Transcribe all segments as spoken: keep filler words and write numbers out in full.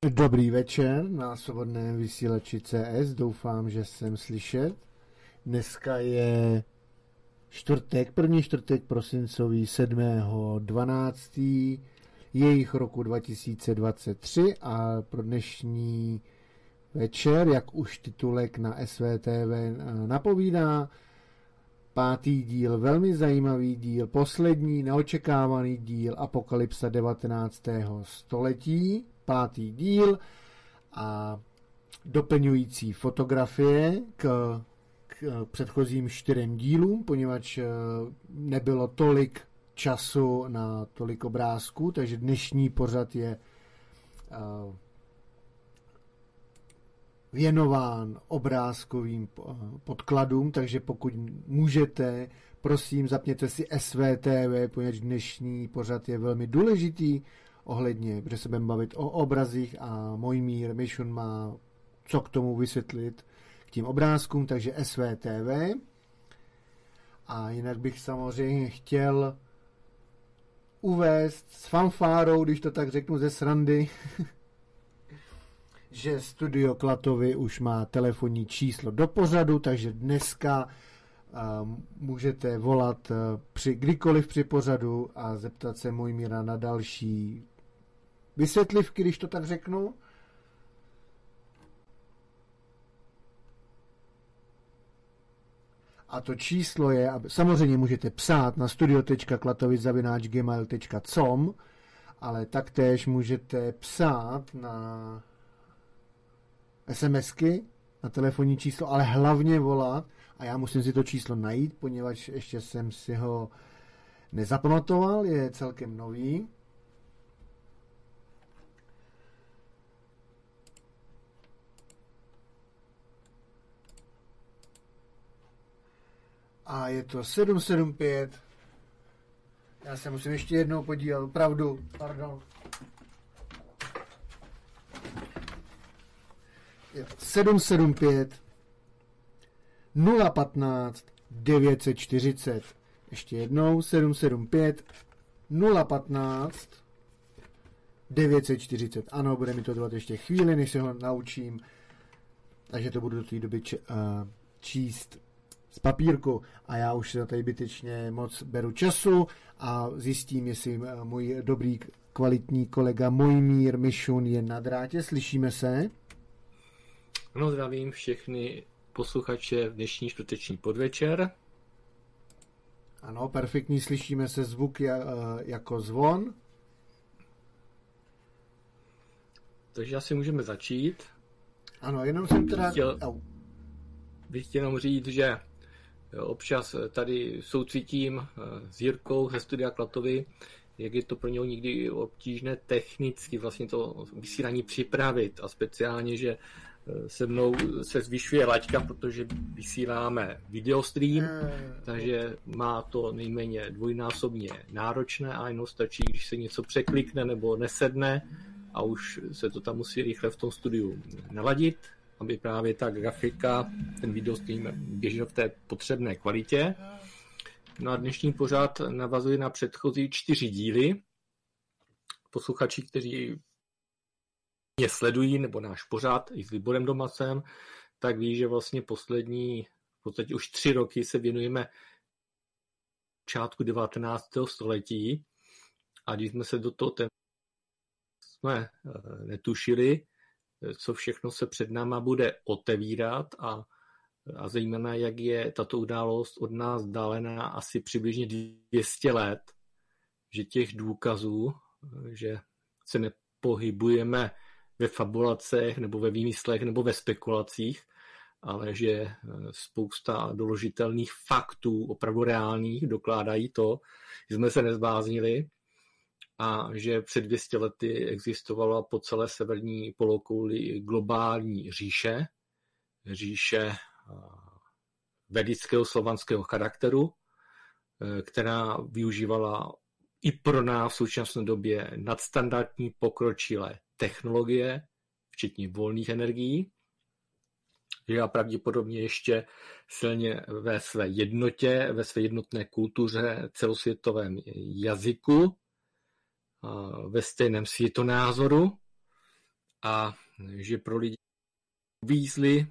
Dobrý večer na svobodném vysílači C S, doufám, že jsem slyšet. Dneska je čtvrtek, první čtvrtek prosincový sedmého dvanáctého jejich roku dva tisíce dvacet tři a pro dnešní večer, jak už titulek na S V T V napovídá, pátý díl, velmi zajímavý díl, poslední neočekávaný díl Apokalypsa devatenáctého století, pátý díl a doplňující fotografie k, k předchozím čtyřem dílům, poněvadž nebylo tolik času na tolik obrázků, takže dnešní pořad je uh, věnován obrázkovým podkladům, takže pokud můžete, prosím, zapněte si S V T V, poněvadž dnešní pořad je velmi důležitý ohledně, protože se budeme bavit o obrazích a Mojmír Mission má co k tomu vysvětlit k tím obrázkům, takže S V T V. A jinak bych samozřejmě chtěl uvést s fanfárou, když to tak řeknu ze srandy, že Studio Klatovy už má telefonní číslo do pořadu, takže dneska uh, můžete volat uh, při, kdykoliv při pořadu a zeptat se Mojmíra na další vysvětlivky, když to tak řeknu. A to číslo je, samozřejmě můžete psát na studio tečka klatovic zavináč gmail tečka com, ale taktéž můžete psát na SMSky, na telefonní číslo, ale hlavně volat, a já musím si to číslo najít, poněvadž ještě jsem si ho nezapamatoval, je celkem nový. A je to sedm sedm pět. Já se musím ještě jednou podívat, opravdu, pardon. sedm sedm pět nula patnáct devět set čtyřicet. Ještě jednou sedm sedm pět nula patnáct devět set čtyřicet. Ano, bude mi to trvat ještě chvíli, než se ho naučím. Takže to budu do té doby č- uh, číst z papírku a já už se tady bytečně moc beru času a zjistím, jestli můj dobrý kvalitní kolega Mojmír Mission je na drátě. Slyšíme se? No, zdravím všechny posluchače v dnešní čtvrteční podvečer. Ano, perfektní, slyšíme se zvuk jako zvon. Takže asi můžeme začít. Ano, jenom jsem teda... Chtěl, bych chtěl jenom říct, že občas tady soucítím s Jirkou ze Studia Klatovy, jak je to pro něho někdy obtížné technicky vlastně to vysílání připravit a speciálně, že se mnou se zvyšuje laťka, protože vysíláme videostream, hmm. takže má to nejméně dvojnásobně náročné a jenom stačí, když se něco překlikne nebo nesedne a už se to tam musí rychle v tom studiu naladit, aby právě ta grafika, ten videostream běžel v té potřebné kvalitě. No a dnešní pořad navazuje na předchozí čtyři díly. Posluchači, kteří mě sledují, nebo náš pořad i s Liborem Domacem, tak ví, že vlastně poslední, v podstatě už tři roky se věnujeme počátku devatenáctého století a když jsme se do toho tématu jsme netušili, co všechno se před náma bude otevírat a, a zejména, jak je tato událost od nás dálená asi přibližně dvě stě let, že těch důkazů, že se nepohybujeme ve fabulacech nebo ve výmyslech nebo ve spekulacích, ale že spousta doložitelných faktů, opravdu reálných, dokládají to, že jsme se nezbláznili a že před dvěma sty lety existovala po celé severní polokouli globální říše, říše vedického slovanského charakteru, která využívala i pro nás v současné době nadstandardní pokročilé technologie, včetně volných energií, že a pravděpodobně ještě silně ve své jednotě, ve své jednotné kultuře, celosvětovém jazyku, ve stejném světonázoru a že pro lidi vízli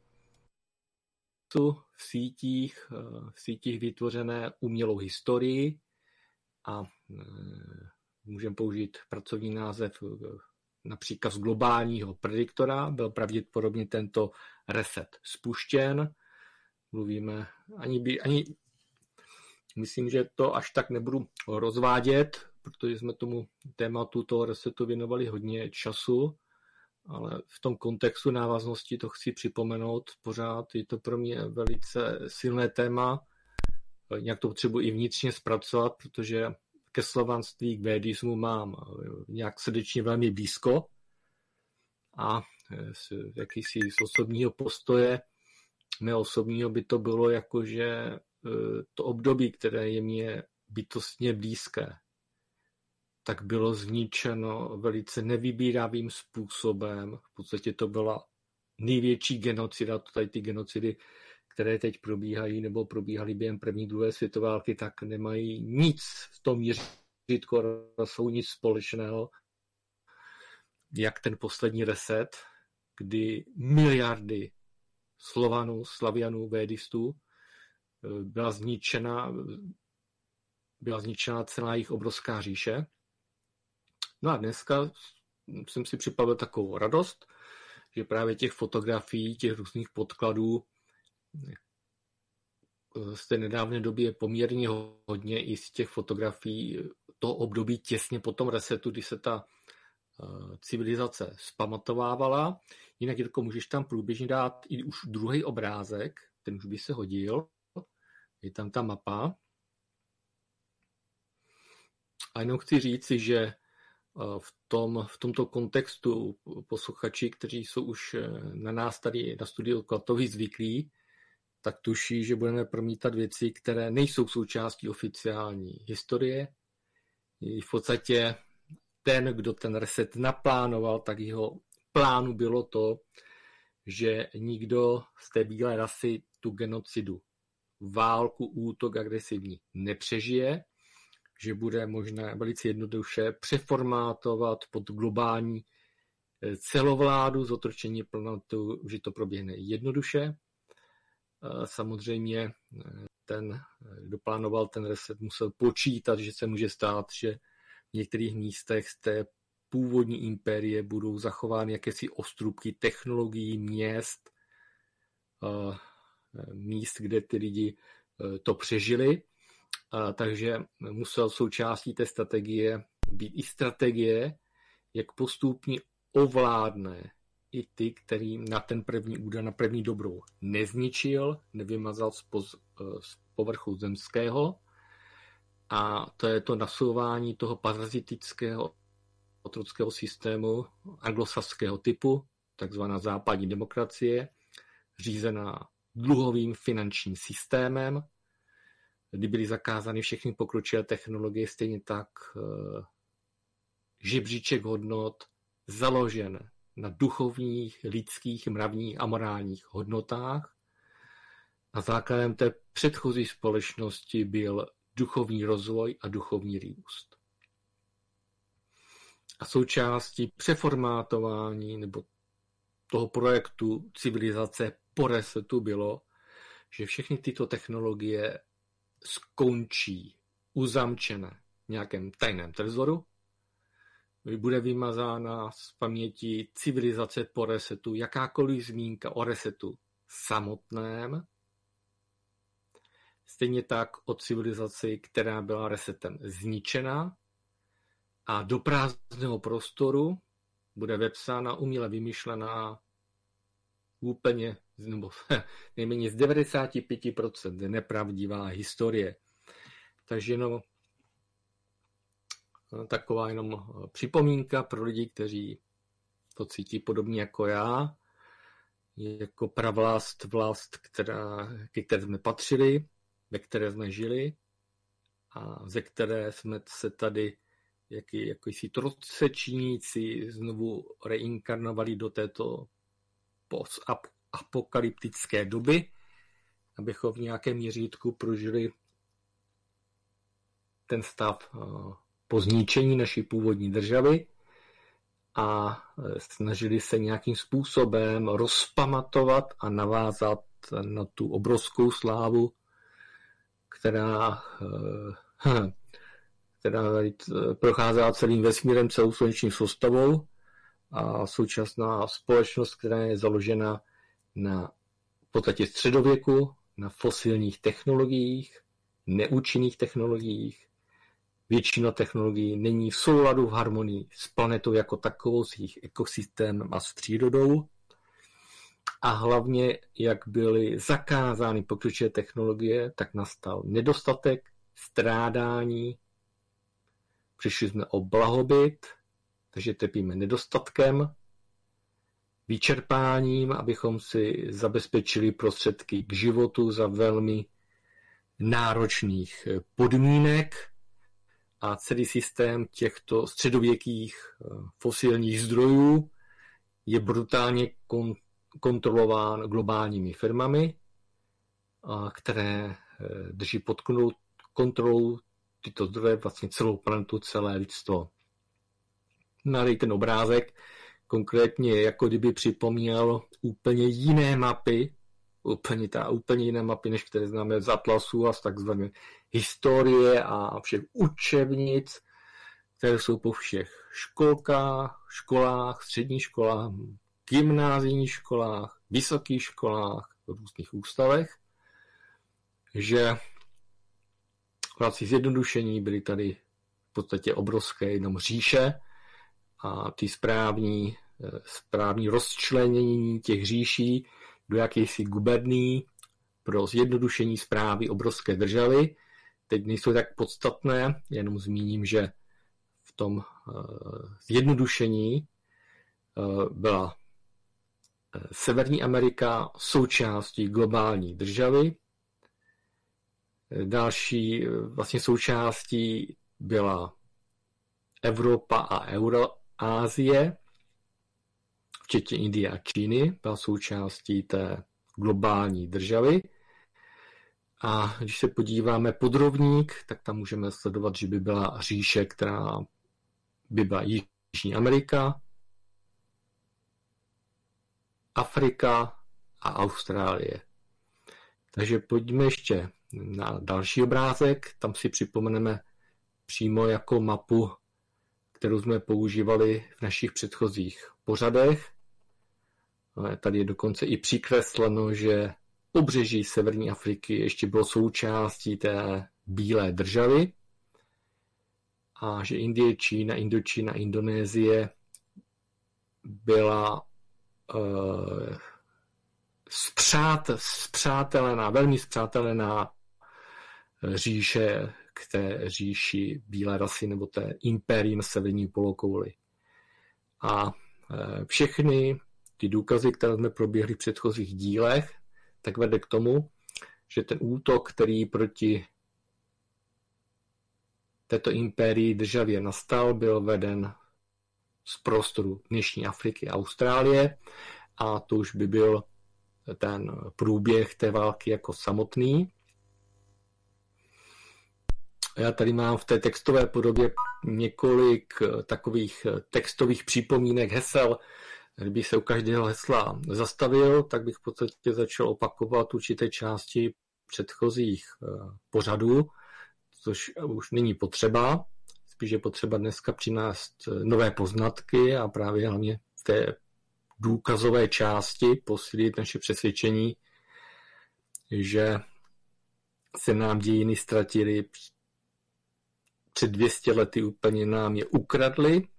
v sítích, v sítích vytvořené umělou historii a můžeme použít pracovní název na příkaz globálního prediktora. Byl pravděpodobně tento reset spuštěn. Mluvíme, ani, by, ani myslím, že to až tak nebudu rozvádět, protože jsme tomu tématu toho resetu věnovali hodně času, ale v tom kontextu návaznosti to chci připomenout pořád. Je to pro mě velice silné téma. Nějak to potřebuji i vnitřně zpracovat, protože ke slovanství, k védismu mám nějak srdečně velmi blízko a z jakýsi z osobního postoje mého osobního by to bylo jako, že to období, které je mě bytostně blízké, tak bylo zničeno velice nevybíravým způsobem. V podstatě to byla největší genocida, to tady ty genocidy, které teď probíhají nebo probíhaly během první, druhé světové války, tak nemají nic v tom měřítku, jsou nic společného, jak ten poslední reset, kdy miliardy Slovanů, Slavianů, védistů byla zničena, byla zničena celá jejich obrovská říše. No a dneska jsem si připravil takovou radost, že právě těch fotografií, těch různých podkladů z té nedávné doby je poměrně hodně i z těch fotografií toho období těsně po tom resetu, kdy se ta civilizace zpamatovávala. Jinak, Jirko, můžeš tam průběžně dát i už druhý obrázek, ten už by se hodil. Je tam ta mapa. A jenom chci říci, že v, tom, v tomto kontextu posluchači, kteří jsou už na nás tady na studiu Klatovy zvyklí, tak tuší, že budeme promítat věci, které nejsou součástí oficiální historie. V podstatě ten, kdo ten reset naplánoval, tak jeho plánu bylo to, že nikdo z té bílé rasy tu genocidu, válku, útok agresivní nepřežije, že bude možné velice jednoduše přeformátovat pod globální celovládu, zotročení planety, že to proběhne jednoduše. Samozřejmě ten, kdo plánoval ten reset, musel počítat, že se může stát, že v některých místech z té původní impérie budou zachovány jakési ostrůbky technologií, měst, míst, kde ty lidi to přežili. Takže musel součástí té strategie být i strategie, jak postupně ovládne i ty, který na ten první úder, na první dobrou nezničil, nevymazal z, poz, z povrchu zemského. A to je to nasouvání toho parazitického otrockého systému anglosaského typu, takzvaná západní demokracie, řízená dluhovým finančním systémem, kdy byly zakázány všechny pokročilé technologie, stejně tak žebříček hodnot založen na duchovních, lidských, mravních a morálních hodnotách. A základem té předchozí společnosti byl duchovní rozvoj a duchovní růst. A součástí přeformátování nebo toho projektu civilizace po resetu bylo, že všechny tyto technologie skončí uzamčené v nějakém tajném trezoru, bude vymazána z paměti civilizace po resetu jakákoliv zmínka o resetu samotném, stejně tak o civilizaci, která byla resetem zničena, a do prázdného prostoru bude vepsána, uměle vymyšlená úplně, nebo nejméně z devadesát pět procent nepravdivá historie. Takže jenom taková jenom připomínka pro lidi, kteří to cítí podobně jako já, jako pravlast, vlast, která, ke které jsme patřili, ve které jsme žili a ze které jsme se tady jaký, jakýsi trocečníci znovu reinkarnovali do této postapokalyptické doby, abychom v nějakém měřítku prožili ten stav po zničení naší původní državy a snažili se nějakým způsobem rozpamatovat a navázat na tu obrovskou slávu, která, která procházela celým vesmírem, celou sluneční soustavou, a současná společnost, která je založena na v podstatě středověku, na fosilních technologiích, neúčinných technologiích. Většina technologií není v souladu, v harmonii s planetou jako takovou, s jejich ekosystémem a s přírodou. A hlavně, jak byly zakázány pokročilé technologie, tak nastal nedostatek, strádání. Přišli jsme o blahobyt, takže trpíme nedostatkem, vyčerpáním, abychom si zabezpečili prostředky k životu za velmi náročných podmínek, a celý systém těchto středověkých fosilních zdrojů je brutálně kon- kontrolován globálními firmami, které drží pod kontrolou tyto zdroje vlastně celou planetu, celé lidstvo. Tady ten obrázek konkrétně jako kdyby připomněl úplně jiné mapy, úplně, ta, úplně jiné mapy, než které známe z atlasů a z takzvané historie a všech učebnic, které jsou po všech školkách, školách, středních školách, gymnázijních školách, vysokých školách, různých ústavech, že v rámci zjednodušení byly tady v podstatě obrovské jenom říše a ty správní, správní rozčlenění těch říší do jakýchsi guberní pro zjednodušení správy obrovské državy. Teď nejsou tak podstatné, jenom zmíním, že v tom uh, zjednodušení uh, byla Severní Amerika součástí globální državy. Další vlastně součástí byla Evropa a Euroázie, včetně Indie a Číny, byla součástí té globální državy. A když se podíváme podrovník, tak tam můžeme sledovat, že by byla říše, která by byla Jižní Amerika, Afrika a Austrálie. Takže pojďme ještě na další obrázek. Tam si připomeneme přímo jako mapu, kterou jsme používali v našich předchozích pořadech. Tady je dokonce i přikresleno, že pobřeží Severní Afriky ještě bylo součástí té bílé državy a že Indie, Čína, Indočína, Indonésie byla uh, spřát, spřátelená, velmi spřátelená říše k té říši bílé rasy nebo té impérii na severní polokouli. A uh, všechny ty důkazy, které jsme proběhli v předchozích dílech, tak vede k tomu, že ten útok, který proti této impérii državě nastal, byl veden z prostoru dnešní Afriky a Austrálie a to už by byl ten průběh té války jako samotný. Já tady mám v té textové podobě několik takových textových připomínek, hesel. Kdybych se u každého hesla zastavil, tak bych v podstatě začal opakovat určité části předchozích pořadů, což už není potřeba. Spíš je potřeba dneska přinést nové poznatky a právě hlavně v té důkazové části posílit naše přesvědčení, že se nám dějiny ztratily před dvě stě lety, úplně nám je ukradli,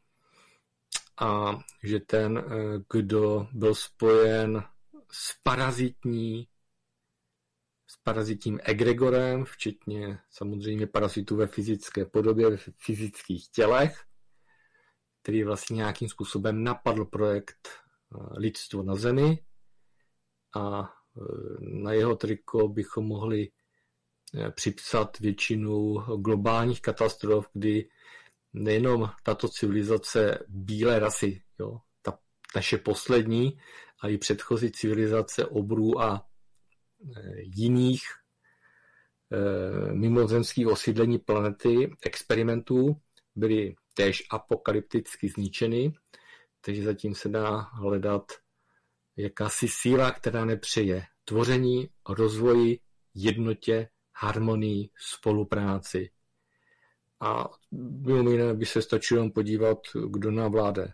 a že ten, kdo byl spojen s parazitní, s parazitním egregorem, včetně samozřejmě parazitů ve fyzické podobě, ve fyzických tělech, který vlastně nějakým způsobem napadl projekt lidstvo na Zemi a na jeho triko bychom mohli připsat většinu globálních katastrof, kdy nejenom tato civilizace bílé rasy, jo, ta naše poslední, ale i předchozí civilizace obrů a e, jiných e, mimozemských osídlení planety, experimentů, byly též apokalypticky zničeny, takže zatím se dá hledat jakási síla, která nepřeje tvoření, rozvoji, jednotě, harmonii, spolupráci. A mimo jiné by se stačilo podívat, kdo nám vládne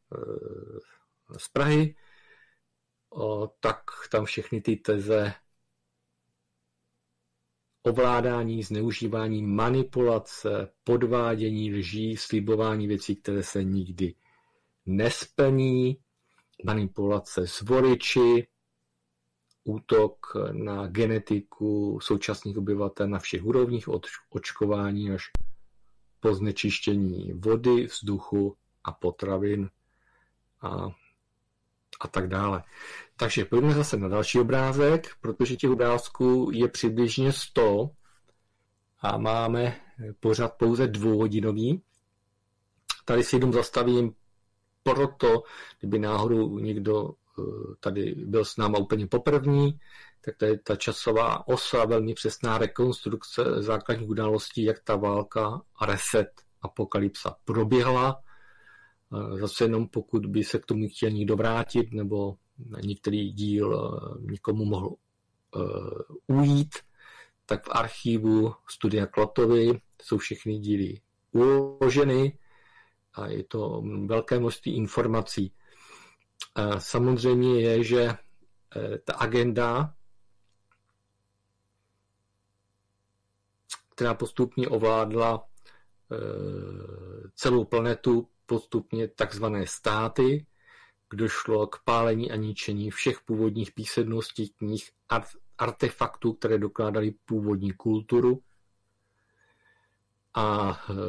z Prahy, tak tam všechny ty teze ovládání, zneužívání, manipulace, podvádění, lží, slibování věcí, které se nikdy nesplní, manipulace s voliči, útok na genetiku současných obyvatel na všech úrovních, od očkování až po znečištění vody, vzduchu a potravin a, a tak dále. Takže pojďme zase na další obrázek, protože těch obrázků je přibližně sto a máme pořad pouze dvouhodinový. Tady si jenom zastavím proto, kdyby náhodou někdo tady byl s náma úplně poprvní, tak tady ta časová osa, velmi přesná rekonstrukce základních událostí, jak ta válka a reset, apokalypsa proběhla. Zase jenom pokud by se k tomu chtěl někdo vrátit, nebo některý díl někomu mohl uh, ujít, tak v archivu Studia Klatovy jsou všechny díly uloženy a je to velké množství informací. Uh, samozřejmě je, že uh, ta agenda, která postupně ovládla uh, celou planetu, postupně takzvané státy, došlo k pálení a ničení všech původních písemností, knih, artefaktů, které dokládaly původní kulturu. A e,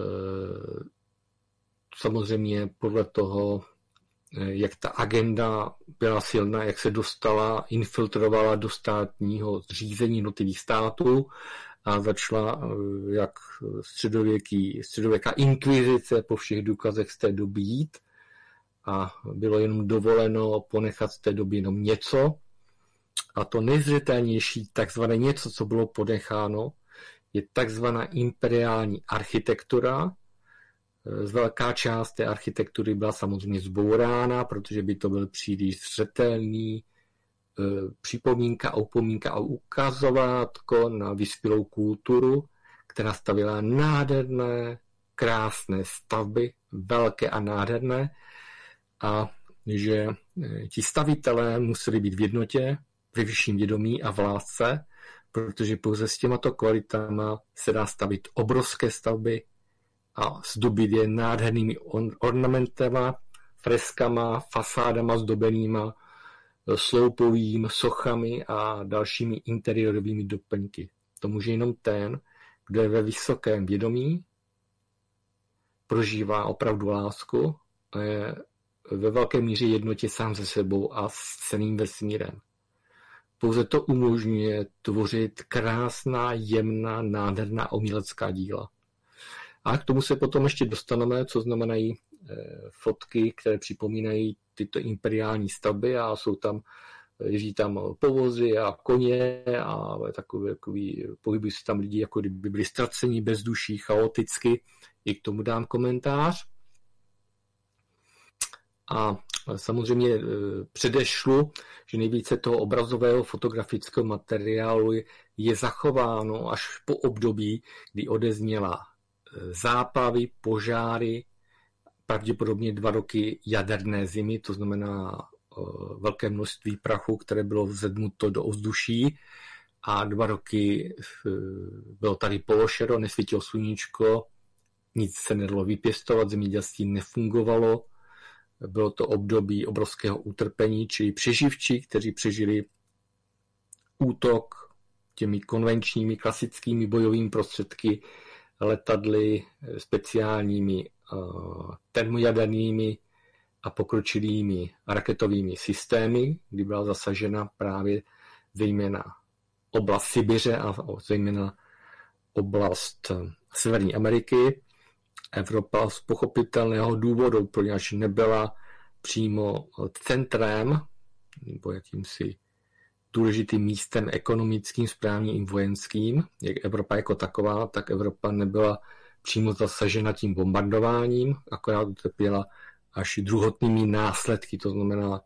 samozřejmě podle toho, jak ta agenda byla silná, jak se dostala, infiltrovala do státního zřízení jednotlivých států a začala jak středověký, středověká inkvizice po všech důkazech z té doby jít a bylo jenom dovoleno ponechat z té doby jenom něco. A to nejzřetelnější takzvané něco, co bylo ponecháno, je takzvaná imperiální architektura. Z velká část té architektury byla samozřejmě zbourána, protože by to byl příliš zřetelný připomínka a upomínka a ukazovátko na vyspělou kulturu, která stavěla nádherné, krásné stavby, velké a nádherné, a že ti stavitelé museli být v jednotě, ve vyšším vědomí a v lásce, protože pouze s těmato kvalitama se dá stavit obrovské stavby a zdobit je nádhernými ornamentama, freskama, fasádama zdobenýma, sloupovým, sochami a dalšími interiérovými doplňky. To může jenom ten, kdo je ve vysokém vědomí, prožívá opravdu lásku a je ve velké míře jednotě sám se sebou a s celým vesmírem. Pouze to umožňuje tvořit krásná, jemná, nádherná umělecká díla. A k tomu se potom ještě dostaneme, co znamenají eh, fotky, které připomínají tyto imperiální stavby a jsou tam, jezdí tam povozy a koně a takové, takový, pohybují se tam lidi, jako kdyby byli ztraceni, bezduší, chaoticky. I k tomu dám komentář. A samozřejmě předešlu, že nejvíce toho obrazového fotografického materiálu je zachováno až po období, kdy odezněla záplavy, požáry, pravděpodobně dva roky jaderné zimy, to znamená velké množství prachu, které bylo vzedmuto do ovzduší, a dva roky bylo tady pološero, nesvítilo sluníčko, nic se nedalo vypěstovat, zemědělství nefungovalo. Bylo to období obrovského utrpení, čili přeživči, kteří přežili útok těmi konvenčními, klasickými bojovými prostředky, letadly, speciálními uh, termojadernými a pokročilými raketovými systémy, kdy byla zasažena právě zejména oblast Sibiře a zejména oblast Severní Ameriky. Evropa z pochopitelného důvodu, protože nebyla přímo centrem nebo jakýmsi důležitým místem ekonomickým, správním i vojenským, jak Evropa jako taková, tak Evropa nebyla přímo zasažena tím bombardováním, akorát utrpěla až druhotnými následky, to znamená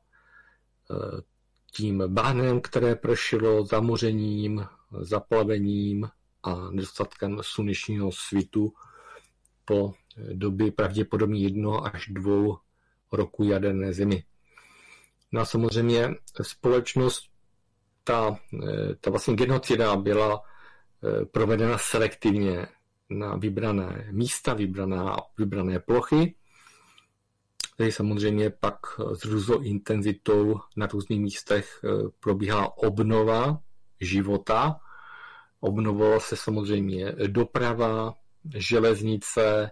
tím bahnem, které pršelo, zamořením, zaplavením a nedostatkem slunečního svitu po době pravděpodobně jednoho až dvou roku jaderné zimy. No a samozřejmě společnost, ta, ta vlastně genocida byla provedena selektivně na vybrané místa, vybrané, vybrané plochy. Tady samozřejmě pak s různou intenzitou na různých místech probíhá obnova života. Obnovovala se samozřejmě doprava, železnice,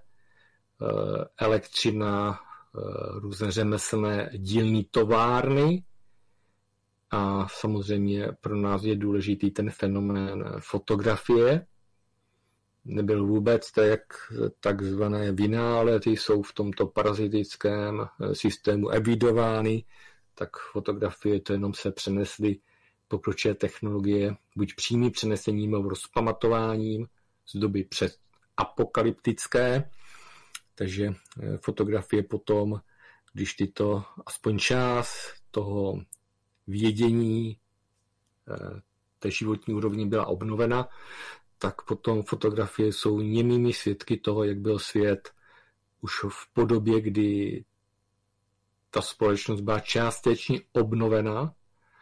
elektřina, různé řemeslné dílny, továrny. A samozřejmě pro nás je důležitý ten fenomén fotografie. Nebyl vůbec tak, takzvané vinále, ty jsou v tomto parazitickém systému evidovány, tak fotografie to jenom se přenesly pokročilé technologie, buď přímým přenesením nebo rozpamatováním z doby před apokalyptické, takže fotografie potom, když tyto aspoň část toho vědění té životní úrovni byla obnovena, tak potom fotografie jsou němými svědky toho, jak byl svět už v podobě, kdy ta společnost byla částečně obnovena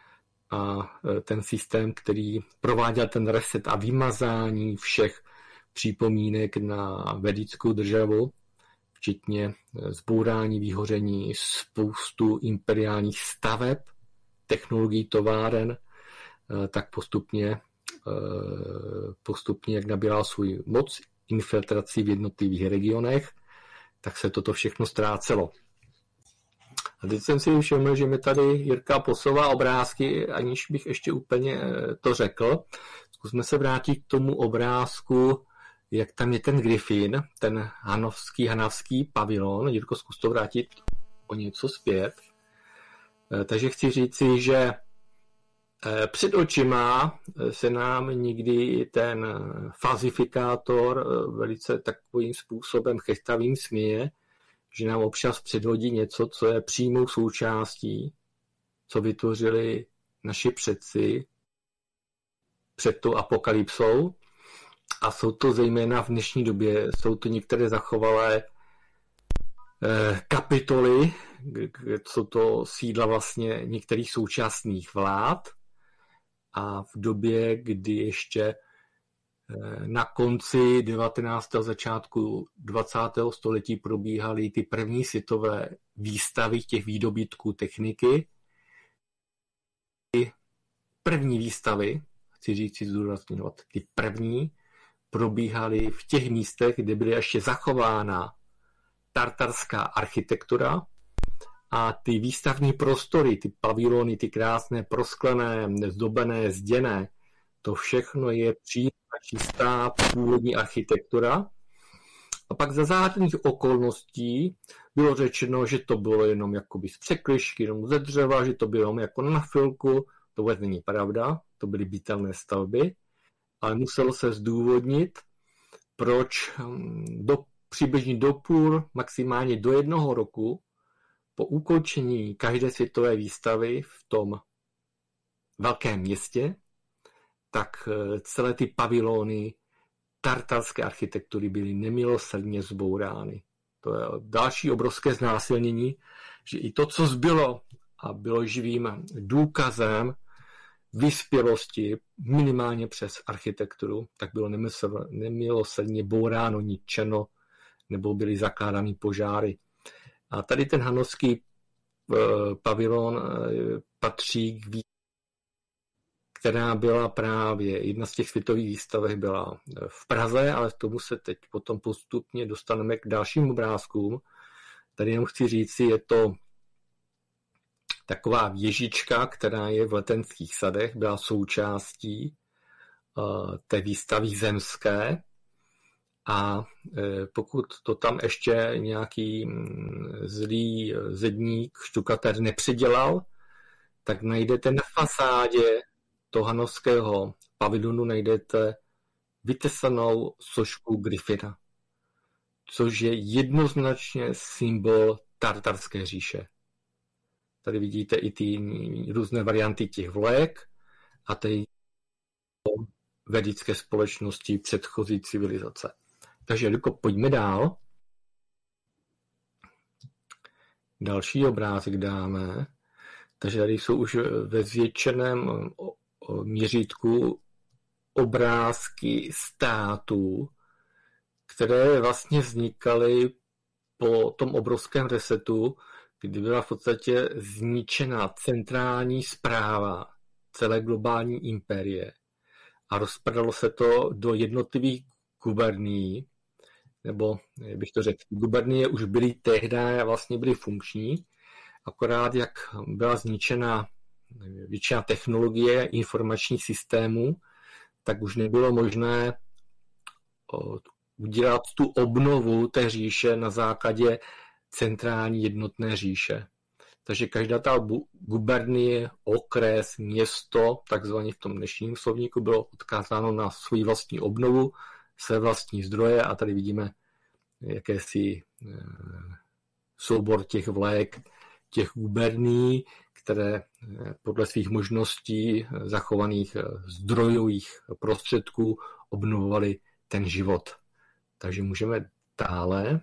a ten systém, který prováděl ten reset a vymazání všech připomínek na vedickou državu, včetně zbourání, vyhoření spoustu imperiálních staveb, technologií továren, tak postupně postupně, jak nabírala svůj moc, infiltrací v jednotlivých regionech, tak se toto všechno ztrácelo. A teď jsem si všiml, že mi tady Jirka posouvá obrázky, aniž bych ještě úplně to řekl. Zkusme se vrátit k tomu obrázku, jak tam je ten Griffin, ten hanovský, hanavský pavilon. Jirko, zkus to vrátit o něco zpět. Takže chci říci, že před očima se nám někdy ten falzifikátor velice takovým způsobem chechtavým směje, že nám občas předhodí něco, co je přímou součástí, co vytvořili naši předci před tou apokalypsou. A jsou to zejména v dnešní době, jsou to některé zachovalé kapitoly, jsou to sídla vlastně některých současných vlád. A v době, kdy ještě na konci devatenáctého začátku dvacátého století probíhaly ty první světové výstavy těch výdobytků techniky. Ty první výstavy, chci říct si zdůrazňovat, ty první probíhaly v těch místech, kde byly ještě zachována tartarská architektura, a ty výstavní prostory, ty pavilony, ty krásné prosklené, nezdobené, zděné, to všechno je přímá čistá původní architektura. A pak za zářných okolností bylo řečeno, že to bylo jenom jakoby z překližky, jenom ze dřeva, že to bylo jenom jako na filku. To vůbec není pravda, to byly bytelné stavby, ale muselo se zdůvodnit, proč do, přibližně do půl, maximálně do jednoho roku po ukončení každé světové výstavy v tom velkém městě, tak celé ty pavilony tartarské architektury byly nemilosrdně zbourány. To je další obrovské znásilnění, že i to, co zbylo a bylo živým důkazem vyspělosti minimálně přes architekturu, tak bylo nemilosrdně bouráno, ničeno nebo byly zakládány požáry. A tady ten hanovský pavilon patří k výstavě, která byla právě, jedna z těch světových výstavek byla v Praze, ale k tomu se teď potom postupně dostaneme k dalším obrázkům. Tady jenom chci říci, je to taková věžička, která je v Letenských sadech, byla součástí uh, té výstavy zemské. A e, pokud to tam ještě nějaký m, zlý zedník, štukatér nepředělal, tak najdete na fasádě toho hanovského pavilonu najdete vytesanou sošku Griffina. což je jednoznačně symbol Tartarské říše. Tady vidíte i ty různé varianty těch vlek a tady vedické společnosti předchozí civilizace. Takže, Luko, pojďme dál. Další obrázek dáme. Takže tady jsou už ve zvětšeném měřítku obrázky států, které vlastně vznikaly po tom obrovském resetu, kdy byla v podstatě zničena centrální správa celé globální impérie a rozpadalo se to do jednotlivých gubernií, nebo jak bych to řekl, gubernie už byly tehdy vlastně byly funkční, akorát jak byla zničena většina technologie informačních systémů, tak už nebylo možné udělat tu obnovu té říše na základě centrální jednotné říše. Takže každá ta gubernie, okres, město, takzvaně v tom dnešním slovníku, bylo odkázáno na svou vlastní obnovu, své vlastní zdroje a tady vidíme jakési soubor těch vlek, těch gubernií, které podle svých možností zachovaných zdrojových prostředků obnovovaly ten život. Takže můžeme dále.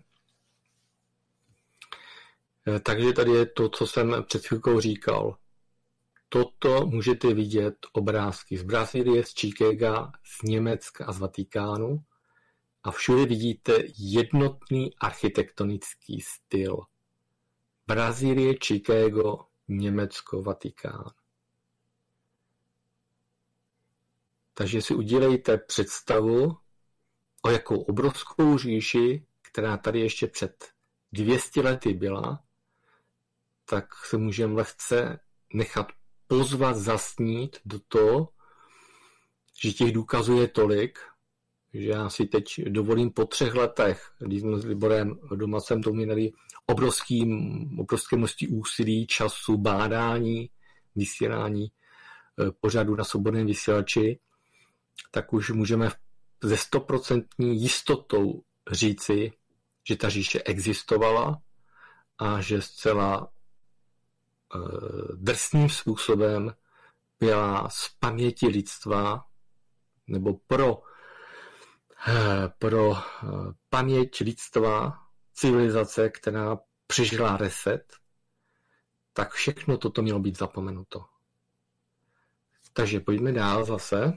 Takže tady je to, co jsem před chvilkou říkal. Toto můžete vidět obrázky z Brazílie, z Chicaga, z Německa a z Vatikánu. A všude vidíte jednotný architektonický styl. Brazílie, Chicago, Německo, Vatikán. Takže si udělejte představu, o jakou obrovskou říši, která tady ještě před dvěma sty lety byla, tak se můžeme lehce nechat pozvat, zasnít do toho, že těch důkazů je tolik, že já si teď dovolím po třech letech, když jsme s Liborem doma jsem to měli obrovský, obrovské množství úsilí, času, bádání, vysílání pořadu na svobodném vysílači, tak už můžeme ze stoprocentní jistotou říci, že ta říše existovala a že zcela e, drsným způsobem byla z paměti lidstva nebo pro, e, pro e, paměť lidstva civilizace, která přežila reset, tak všechno toto mělo být zapomenuto. Takže pojďme dál zase.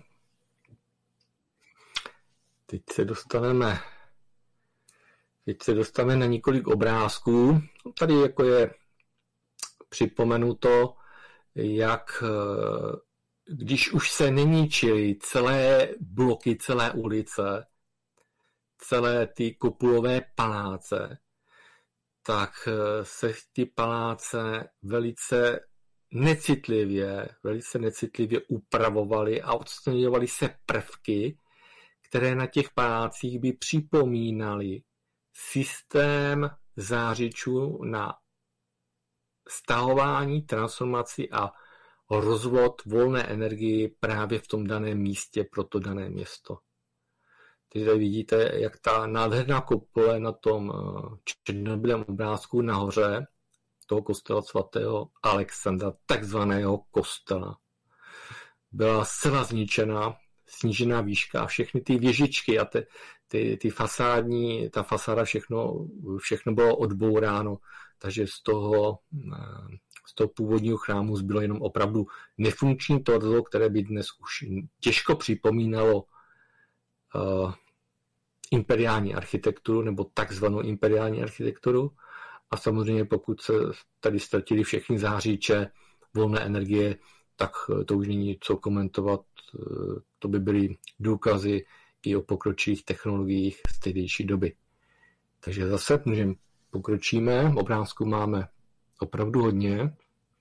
Teď se dostaneme teď se dostaneme na několik obrázků. Tady jako je připomenuto, jak když už se neníčily celé bloky, celé ulice, celé ty kopulové paláce, tak se ty paláce velice necitlivě, velice necitlivě upravovaly a odstraňovaly se prvky, které na těch palácích by připomínaly systém zářičů na stahování, transformaci a rozvod volné energii právě v tom daném místě pro to dané město. Teď tady vidíte, jak ta nádherná kopule na tom černobílém obrázku nahoře toho kostela svatého Alexandra, takzvaného kostela, byla zcela zničena, snížená výška a všechny ty věžičky a ty, ty, ty fasádní, ta fasáda, všechno, všechno bylo odbouráno, takže z toho, z toho původního chrámu zbylo jenom opravdu nefunkční torzo, které by dnes už těžko připomínalo uh, imperiální architekturu nebo takzvanou imperiální architekturu. A samozřejmě pokud se tady ztratili všechny záříče, volné energie, tak to už není co komentovat. To by byly důkazy i o pokročilých technologiích z tehdejší doby. Takže zase můžeme pokročíme. Obrázku máme opravdu hodně.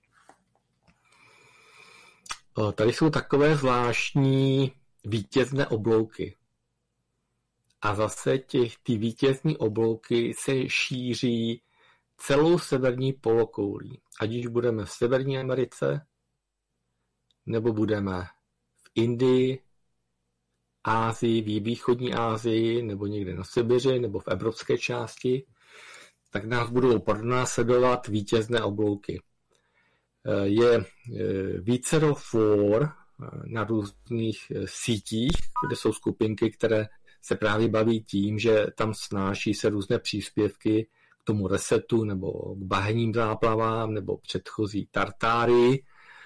Tady jsou takové zvláštní vítězné oblouky. A zase těch, ty vítězní oblouky se šíří celou severní polokoulí. Ať už budeme v Severní Americe, nebo budeme v Indii, Ázii, v východní Asii, nebo někde na Sibiři, nebo v evropské části, tak nás budou pronásledovat vítězné oblouky. Je vícero fór na různých sítích, kde jsou skupinky, které se právě baví tím, že tam snáší se různé příspěvky k tomu resetu nebo k bahenním záplavám nebo předchozí tartárii.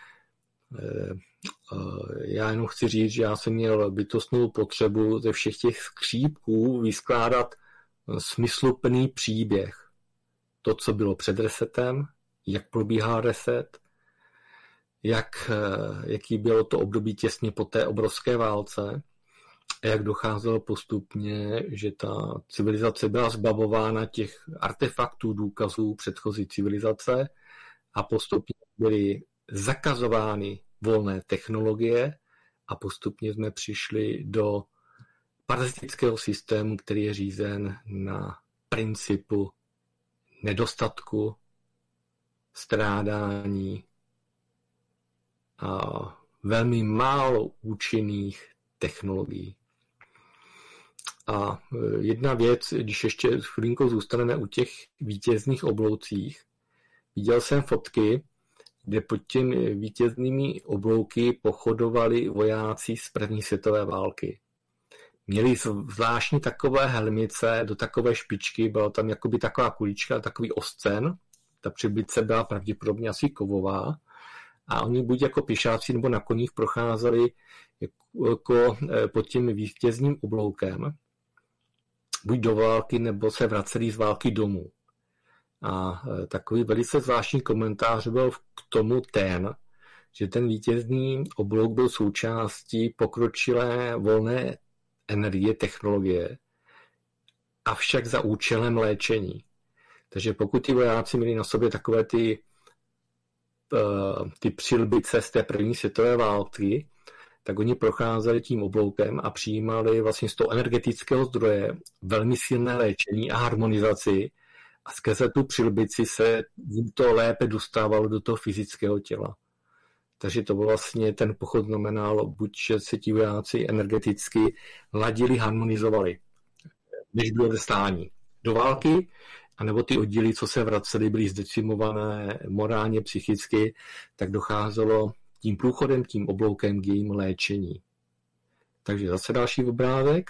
Já jenom chci říct, že já jsem měl bytostnou potřebu ze všech těch skřípků vyskládat smysluplný příběh. To, co bylo před resetem, jak probíhal reset, jak, jaký bylo to období těsně po té obrovské válce a jak docházelo postupně, že ta civilizace byla zbavována těch artefaktů, důkazů předchozí civilizace a postupně byly zakazovány volné technologie a postupně jsme přišli do parazitického systému, který je řízen na principu nedostatku, strádání a velmi málo účinných technologií. A jedna věc, když ještě s chvílinkou zůstaneme u těch vítězných obloucích, viděl jsem fotky, kde pod těmi vítěznými oblouky pochodovali vojáci z první světové války. Měli zvláštní takové helmice do takové špičky, byla tam jakoby taková kulička, takový oscen, ta přiblice byla pravděpodobně asi kovová a oni buď jako pěšáci nebo na koních procházeli jako, jako pod tím vítězným obloukem, buď do války, nebo se vraceli z války domů. A takový velice zvláštní komentář byl k tomu ten, že ten vítězný oblouk byl součástí pokročilé volné energie, technologie, avšak za účelem léčení. Takže pokud ty vojáci měli na sobě takové ty, ty přilbice z té první světové války, tak oni procházeli tím obloukem a přijímali vlastně z toho energetického zdroje velmi silné léčení a harmonizaci a skrze tu přilbici se jim to lépe dostávalo do toho fyzického těla. Takže to vlastně ten pochod znamenal buď, že se ti vojáci energeticky ladili, harmonizovali, než bylo ve stání do války, anebo ty oddíly, co se vracely, byly zdecimované morálně, psychicky, tak docházelo tím průchodem, tím obloukem k jejím léčení. Takže zase další obrázek.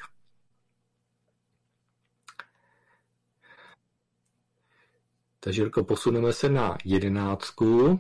Takže Jirko, posuneme se na jedenáctku.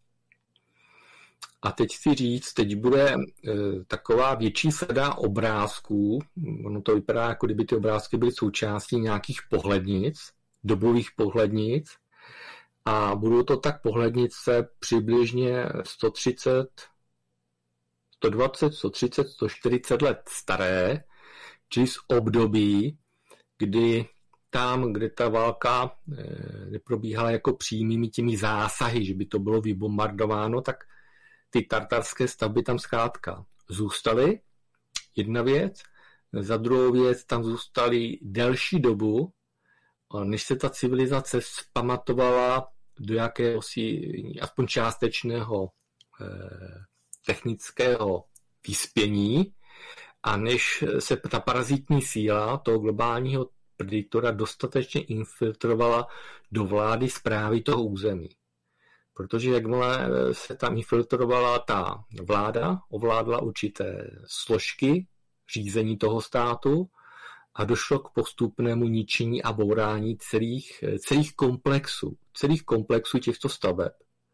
A teď chci říct, teď bude e, taková větší sada obrázků. Ono to vypadá, jako kdyby ty obrázky byly součástí nějakých pohlednic, dobových pohlednic. A budou to tak pohlednice přibližně sto třicet, sto dvacet, sto třicet, sto čtyřicet let staré, čili z období, kdy tam, kde ta válka e, neprobíhala jako přímými těmi zásahy, že by to bylo vybombardováno, tak ty tartarské stavby tam zkrátka zůstaly, jedna věc. Za druhou věc, tam zůstaly delší dobu, než se ta civilizace zpamatovala do jakéhosi aspoň částečného eh, technického vyspění a než se ta parazitní síla toho globálního prediktora dostatečně infiltrovala do vlády správy toho území. Protože jakmile se tam infiltrovala ta vláda, ovládla určité složky řízení toho státu a došlo k postupnému ničení a bourání celých, celých komplexů, celých komplexů těchto staveb.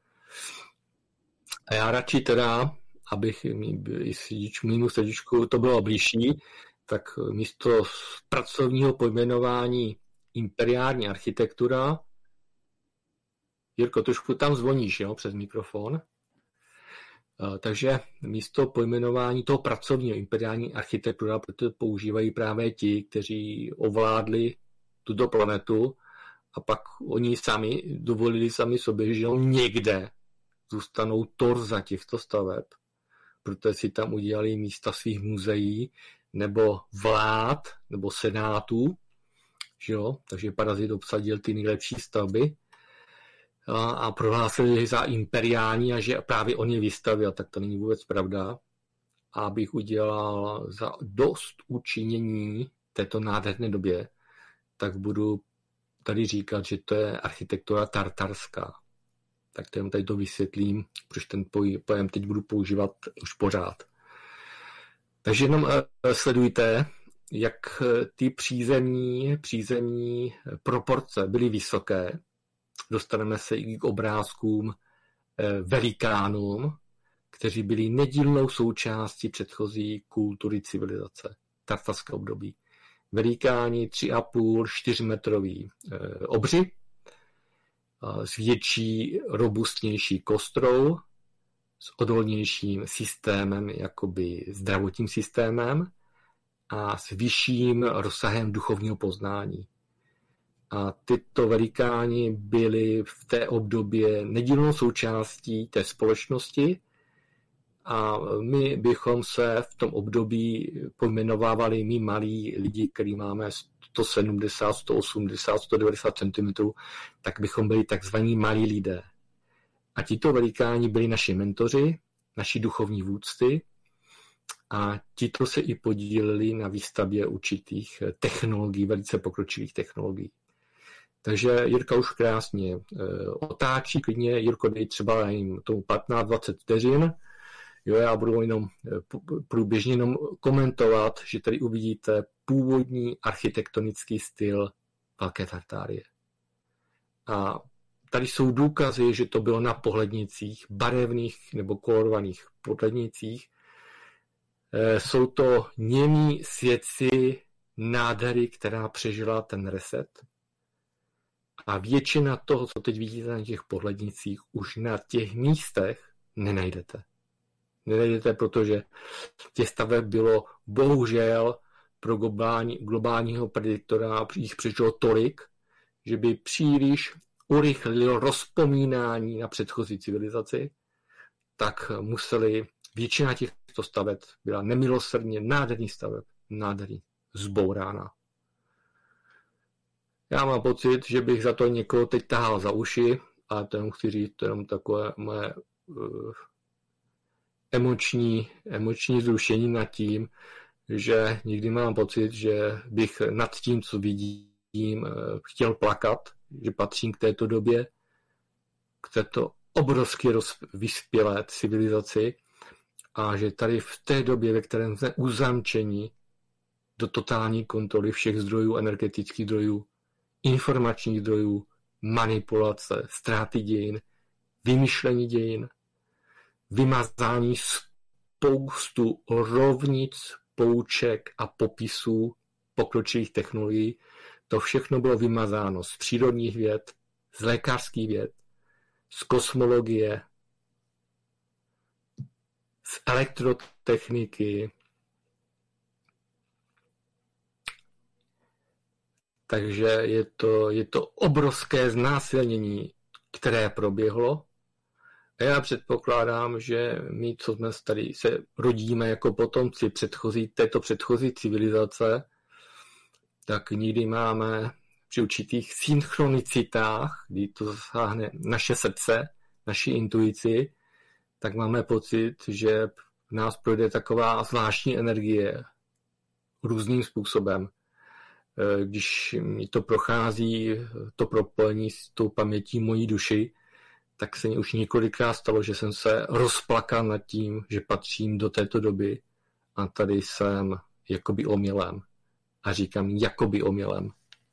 A já radši teda, abych mému srdíčku to bylo blížší, tak místo pracovního pojmenování imperiální architektura, Jirko, trošku tam zvoníš, jo, přes mikrofon. Takže místo pojmenování toho pracovního imperiální architektura, protože používají právě ti, kteří ovládli tuto planetu a pak oni sami dovolili sami sobě, že někde zůstanou torza těchto staveb, protože si tam udělali místa svých muzeí nebo vlád nebo senátů, že jo? Takže parazit obsadil ty nejlepší stavby a, a prohlásil je za imperiální a že právě on je vystavil, tak to není vůbec pravda. abych udělal za dost učinění této nádherné době, tak budu tady říkat, že to je architektura tartarská. Tak to tady to vysvětlím, protože ten pojem teď budu používat už pořád. Takže jenom sledujte, jak ty přízemní, přízemní proporce byly vysoké. Dostaneme se i k obrázkům velikánům, kteří byli nedílnou součástí předchozí kultury civilizace, tartarské období. Velikáni tři a půl, čtyřmetrový obři s větší, robustnější kostrou, s odolnějším systémem, jakoby zdravotním systémem a s vyšším rozsahem duchovního poznání. A tyto velikáni byli v té obdobě nedílnou součástí té společnosti a my bychom se v tom období pojmenovávali my malí lidi, kteří máme sto sedmdesát, sto osmdesát, sto devadesát centimetrů, tak bychom byli takzvaní malí lidé. A tito velikáni byli naši mentoři, naši duchovní vůdci a tito se i podíleli na výstavbě určitých technologií, velice pokročilých technologií. Takže Jirka už krásně otáčí, klidně Jirko, dej třeba jim tomu patnáct dvacet vteřin. Jo, já budu jenom průběžně jenom komentovat, že tady uvidíte původní architektonický styl Velké Tartárie. A tady jsou důkazy, že to bylo na pohlednicích, barevných nebo kolorovaných pohlednicích. Jsou to němí svědci nádhery, která přežila ten reset. A většina toho, co teď vidíte na těch pohlednicích, už na těch místech nenajdete. Nenajdete, protože těch staveb bylo bohužel pro globální, globálního prediktora jich přežilo tolik, že by příliš urychlilo rozpomínání na předchozí civilizaci, tak museli, většina těchto staveb byla nemilosrdně nádherný staveb, nádherný, zbourána. Já mám pocit, že bych za to někoho teď tahal za uši, a to jenom chci říct, to jenom takové moje uh, emoční, emoční zrušení nad tím, že někdy mám pocit, že bych nad tím, co vidím, uh, chtěl plakat, že patřím k této době, k této obrovské vyspělé civilizaci a že tady v té době, ve kterém jsme uzamčeni do totální kontroly všech zdrojů, energetických zdrojů, informačních zdrojů, manipulace, ztráty dějin, vymyšlení dějin, vymazání spoustu rovnic, pouček a popisů pokročilých technologií. To všechno bylo vymazáno z přírodních věd, z lékařských věd, z kosmologie, z elektrotechniky. Takže je to, je to obrovské znásilnění, které proběhlo. A já předpokládám, že my, co jsme tady se rodíme jako potomci předchozí, této předchozí civilizace, tak někdy máme při určitých synchronicitách, kdy to zasáhne naše srdce, naši intuici, tak máme pocit, že v nás projde taková zvláštní energie různým způsobem. Když mi to prochází, to propojení s tou pamětí mojí duši, tak se mi už několikrát stalo, že jsem se rozplakal nad tím, že patřím do této doby a tady jsem jakoby omylem. A říkám jakoby omylem.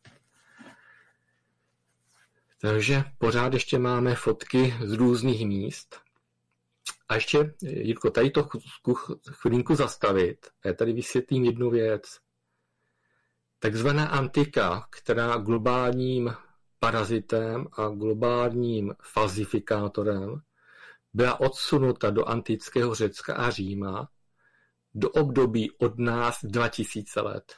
Takže pořád ještě máme fotky z různých míst. A ještě, Jirko, tady to chvilinku zastavit. Já tady vysvětlím jednu věc. Takzvaná antika, která globálním parazitem a globálním falzifikátorem byla odsunuta do antického Řecka a Říma do období od nás dva tisíce let.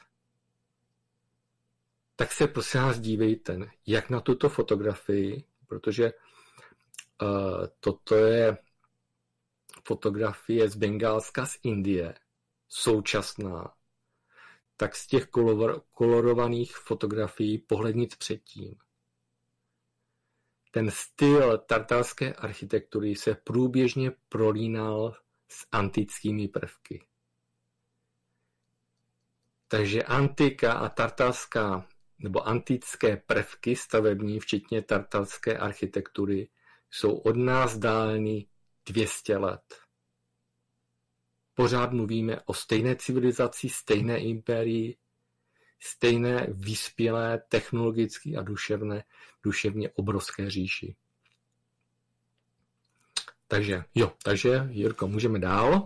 Tak se prosím vás dívejte, jak na tuto fotografii, protože uh, toto je fotografie z Bengálska z Indie, současná, tak z těch kolor, kolorovaných fotografií pohlednic předtím. Ten styl tartarské architektury se průběžně prolínal s antickými prvky. Takže antika a tartarská nebo antické prvky stavební, včetně tartarské architektury, jsou od nás dálny dvě stě let. Pořád mluvíme o stejné civilizaci, stejné impérii, stejné vyspělé technologicky a duševné, duševně obrovské říši. Takže jo, takže Jirko, můžeme dál.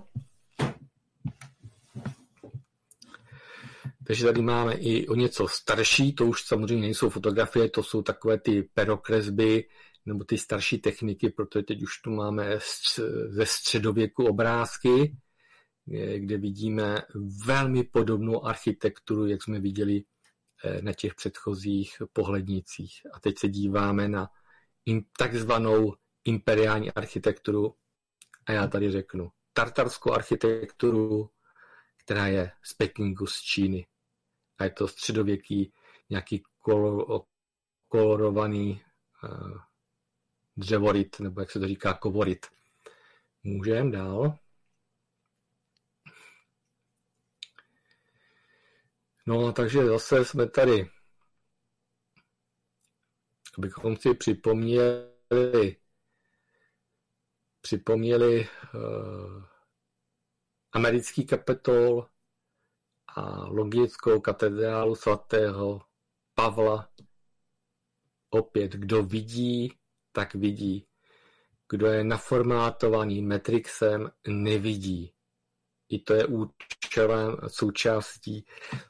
Takže tady máme i o něco starší, to už samozřejmě nejsou fotografie, to jsou takové ty perokresby nebo ty starší techniky, protože teď už tu máme ze středověku obrázky, kde vidíme velmi podobnou architekturu, jak jsme viděli na těch předchozích pohlednicích. A teď se díváme na takzvanou imperiální architekturu a já tady řeknu tartarskou architekturu, která je z Pekingu z Číny. A je to středověký nějaký kolor, kolorovaný uh, dřevoryt, nebo jak se to říká, kovoryt. Můžeme dál. No, takže zase jsme tady, abychom si připomněli, připomněli uh, americký kapitol a logickou katedrálu svatého Pavla. Opět, kdo vidí, tak vidí. Kdo je naformátovaný Matrixem, nevidí. I to je účelem součástí,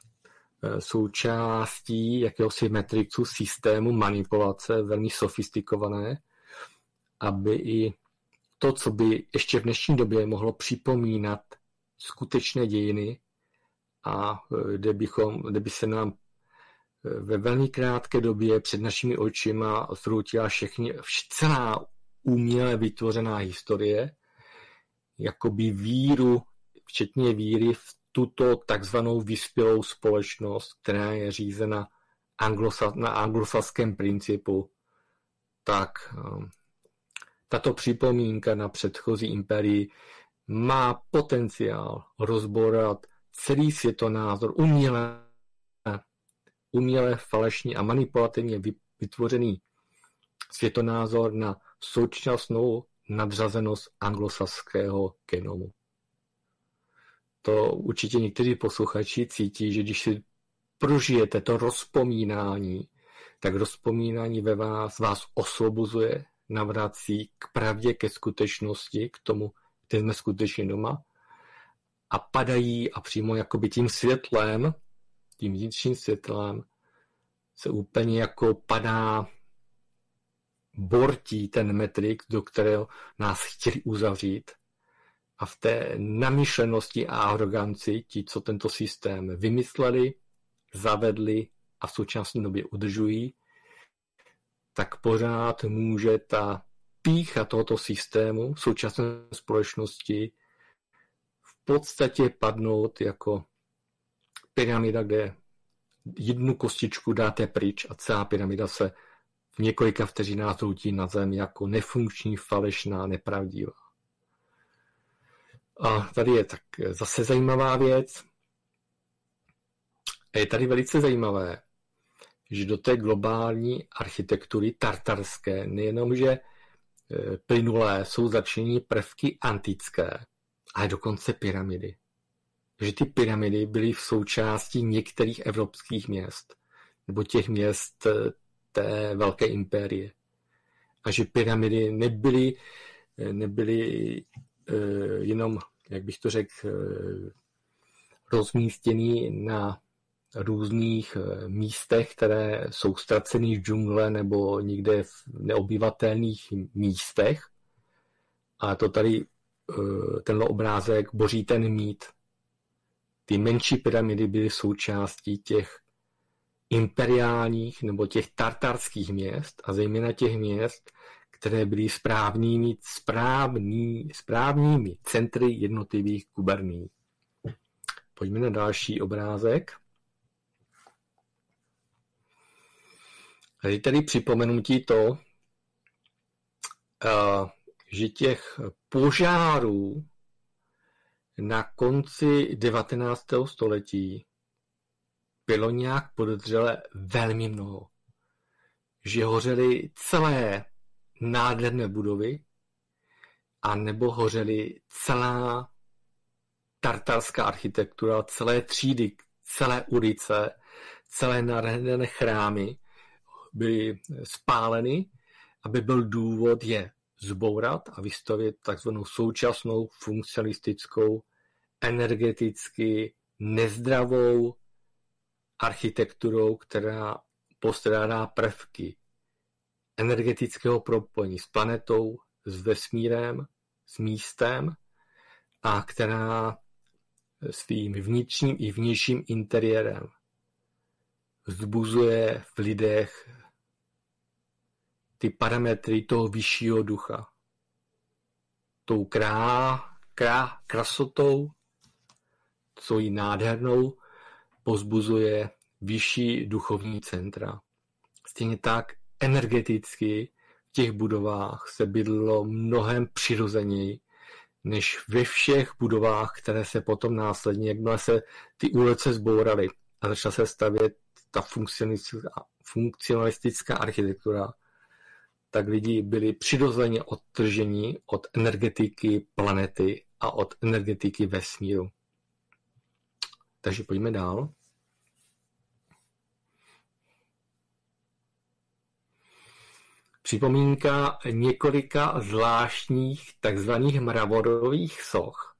součástí jakéhosi Matrixu systému manipulace, velmi sofistikované, aby i to, co by ještě v dnešní době mohlo připomínat skutečné dějiny a kde, bychom, kde by se nám ve velmi krátké době před našimi očima zhroutila všechny, celá uměle vytvořená historie, jakoby víru, včetně víry v tuto takzvanou vyspělou společnost, která je řízena anglosa, na anglosaském principu, tak tato připomínka na předchozí imperii má potenciál rozborat celý světonázor uměle, uměle falešně a manipulativně vytvořený světonázor na současnou nadřazenost anglosaského genomu. To určitě někteří posluchači cítí, že když si prožijete to rozpomínání, tak rozpomínání ve vás vás osvobozuje, navrací k pravdě, ke skutečnosti, k tomu, kde jsme skutečně doma, a padají a přímo jakoby tím světlem, tím vnitřním světlem se úplně jako padá, bortí ten Matrix, do kterého nás chtěli uzavřít, a v té namyšlenosti a aroganci ti, co tento systém vymysleli, zavedli a v současné době udržují, tak pořád může ta pýcha tohoto systému v současné společnosti v podstatě padnout jako pyramida, kde jednu kostičku dáte pryč a celá pyramida se v několika vteřinách zhroutí na zem jako nefunkční, falešná, nepravdivá. A tady je tak zase zajímavá věc. A je tady velice zajímavé, že do té globální architektury tartarské nejenom, že plynulé jsou začleněny prvky antické, ale dokonce pyramidy. Že ty pyramidy byly v součástí některých evropských měst, nebo těch měst té velké impérie. A že pyramidy nebyly, nebyly jenom, jak bych to řekl, rozmístěný na různých místech, které jsou ztracený v džungle nebo někde v neobyvatelných místech. A to tady tenhle obrázek boří ten mýt. Ty menší pyramidy byly součástí těch imperiálních nebo těch tartarských měst a zejména těch měst, které byly správnými, správný, správnými centry jednotlivých guberní. Pojďme na další obrázek. A teď tady připomenutí to, že těch požárů na konci devatenáctého století bylo nějak podezřele velmi mnoho. Že hořely celé nádherné budovy, a nebo hořely celá tartarská architektura, celé třídy, celé ulice, celé nádherné chrámy byly spáleny, aby byl důvod je zbourat a vystavět takzvanou současnou funkcionalistickou, energeticky nezdravou architekturou, která postrádá prvky energetického propojení s planetou, s vesmírem, s místem a která svým vnitřním i vnějším interiérem vzbuzuje v lidech ty parametry toho vyššího ducha. Tou krá, krá, krasotou, svojí nádhernou, pozbuzuje vyšší duchovní centra. Stejně tak energeticky v těch budovách se bydlelo mnohem přirozeněji, než ve všech budovách, které se potom následně, jakmile se ty ulice zbouraly a začala se stavět ta funkcionalistická, funkcionalistická architektura, tak lidi byli přirozeně odtrženi od energetiky planety a od energetiky vesmíru. Takže pojďme dál. Připomínka několika zvláštních takzvaných mravorových soch,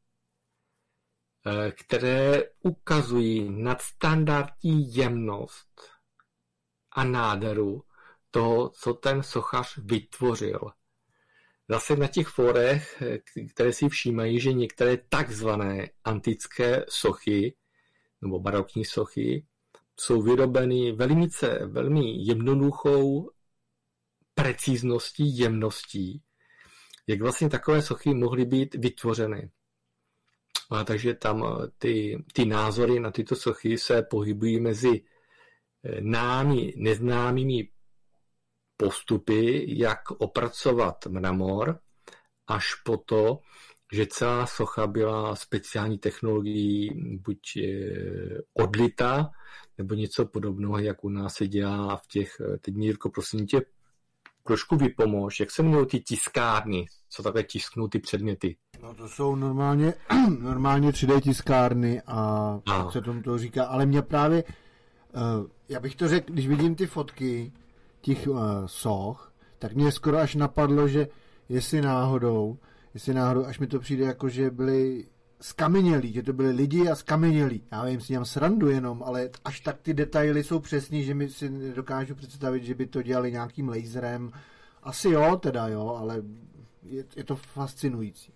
které ukazují nadstandardní jemnost a nádheru toho, co ten sochař vytvořil. Zase na těch fórech, které si všímají, že některé takzvané antické sochy nebo barokní sochy jsou vyrobeny velmi, velmi jednoduchou precízností, jemností, jak vlastně takové sochy mohly být vytvořeny. A takže tam ty, ty názory na tyto sochy se pohybují mezi námi neznámými postupy, jak opracovat mramor, až po to, že celá socha byla speciální technologií buď odlita, nebo něco podobného, jak u nás se dělá v těch, teď Mírko, prosím tě, trošku vypomož, jak se jmenují ty tiskárny, co takhle tisknou ty předměty? No to jsou normálně, normálně tři dé tiskárny a tak se tomu to říká, ale mě právě, uh, já bych to řekl, když vidím ty fotky těch uh, soch, tak mě skoro až napadlo, že jestli náhodou, jestli náhodou, až mi to přijde jako, že byli skamenělí, že to byli lidi a skamenělí. Já vím, si dělám srandu jenom, ale až tak ty detaily jsou přesný, že mi si nedokážu představit, že by to dělali nějakým laserem. Asi jo, teda jo, ale je, je to fascinující.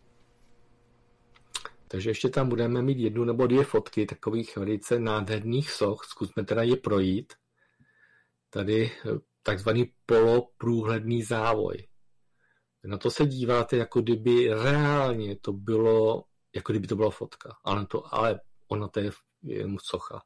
Takže ještě tam budeme mít jednu nebo dvě fotky takových velice nádherných soch. Zkusme teda je projít. Tady takzvaný poloprůhledný závoj. Na to se díváte, jako kdyby reálně to bylo, jako kdyby to byla fotka. Ale, to, ale ona to je jen socha.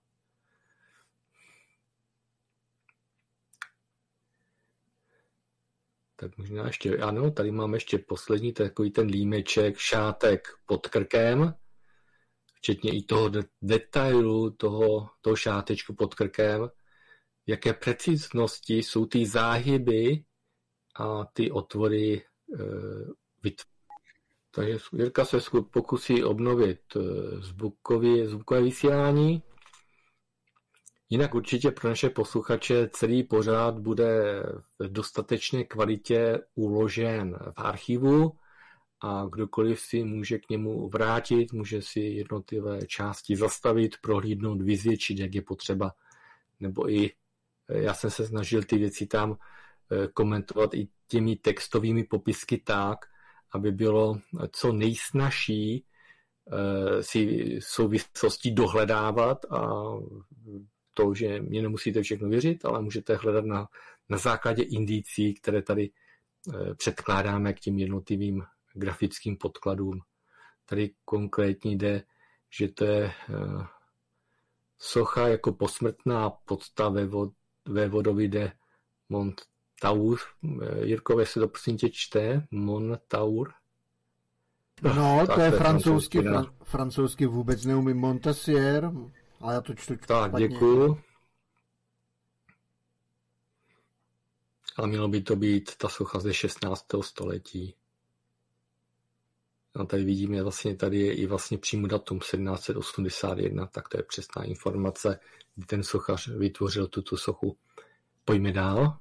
Tak možná ještě, ano, tady máme ještě poslední, takový ten límeček, šátek pod krkem, včetně i toho detailu, toho, toho šátečku pod krkem, jaké preciznosti jsou ty záhyby a ty otvory e, vytvořeny. Takže Jirka se pokusí obnovit zvukové, zvukové vysílání. Jinak určitě pro naše posluchače celý pořád bude v dostatečné kvalitě uložen v archivu a kdokoliv si může k němu vrátit, může si jednotlivé části zastavit, prohlídnout, vyzvětšit, jak je potřeba. Nebo i já jsem se snažil ty věci tam komentovat i těmi textovými popisky tak, aby bylo co nejsnažší si souvislosti dohledávat a to, že mě nemusíte všechno věřit, ale můžete hledat na, na základě indicí, které tady předkládáme k těm jednotlivým grafickým podkladům. Tady konkrétně jde, že to je socha jako posmrtná podsta ve vodovi de Montaur. Jirko, jestli to prosím tě čte, Montaur. No, to je francouzsky, fran, francouzsky vůbec neumím, Montassier, ale já to čtu tak, děkuju. A mělo by to být ta socha ze šestnáctého století. A tady vidíme, vlastně tady je i vlastně přímo datum sedmnáct set osmdesát jedna, tak to je přesná informace, kdy ten sochař vytvořil tuto sochu. Pojďme dál.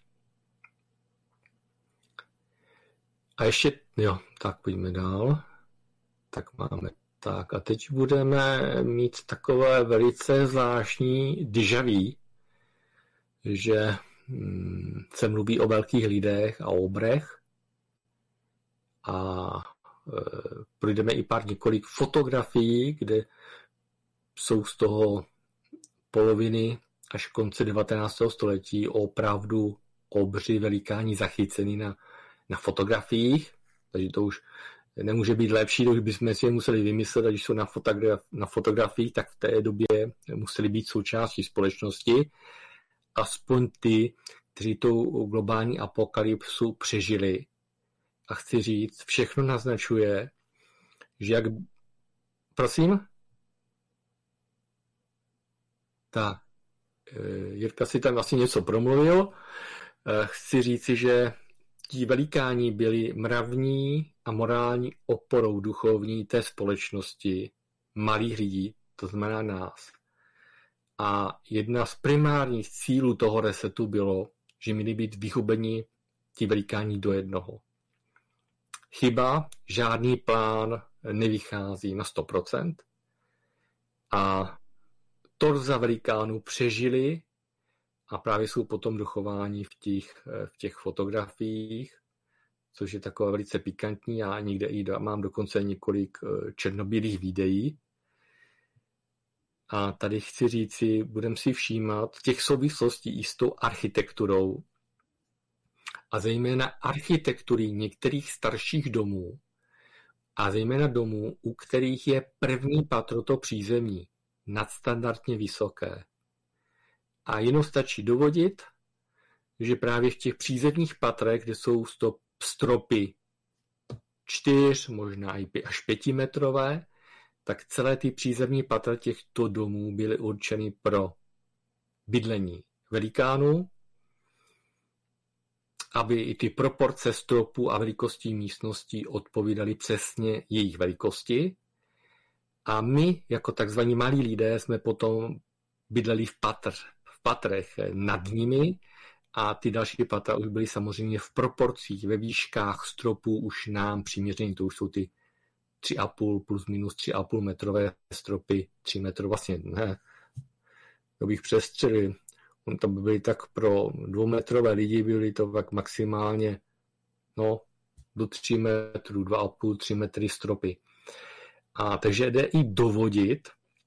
A ještě, jo, tak pojďme dál. Tak máme, tak a teď budeme mít takové velice zvláštní déjà vu, že hm, se mluví o velkých lidech a o obrech a e, projdeme i pár několik fotografií, kde jsou z toho poloviny až konce devatenáctého století opravdu obři velikáni zachycený na, na fotografiích, takže to už nemůže být lepší, to už bychom si je museli vymyslet, a když jsou na, fotograf, na fotografiích, tak v té době museli být součástí společnosti, aspoň ty, kteří tou globální apokalypsu přežili. A chci říct, všechno naznačuje, že jak... Prosím? Tak, Jirka si tam asi něco promluvil. Chci říci, že ti velikáni byli mravní a morální oporou duchovní té společnosti malých lidí, to znamená nás. A jedna z primárních cílů toho resetu bylo, že měli být vyhubeni ti velikáni do jednoho. Chyba, žádný plán nevychází na sto procent a torza velikánů přežili a právě jsou potom dochováni v těch, v těch fotografiích, což je takové velice pikantní. Já někde i mám dokonce několik černobílých videí. A tady chci říci, budeme si všímat těch souvislostí i s tou architekturou a zejména architektury některých starších domů a zejména domů, u kterých je první patro to přízemí nadstandardně vysoké. A jenom stačí dovodit, že právě v těch přízemních patrech, kde jsou stropy čtyř, možná i až pětimetrové, tak celé ty přízemní patra těchto domů byly určeny pro bydlení velikánů, aby i ty proporce stropů a velikostí místností odpovídaly přesně jejich velikosti. A my, jako takzvaní malí lidé, jsme potom bydleli v, patr, v patrech nad nimi a ty další patra už byly samozřejmě v proporcích, ve výškách stropů už nám přiměřený, to už jsou ty tři a půl plus minus tři a půl metrové stropy, tři metry vlastně ne, to bych přestřelil. On to by byly tak pro dvoumetrové lidi, byly to tak maximálně no, do tří metrů, dva a půl, tři metry stropy. A takže jde i dovodit,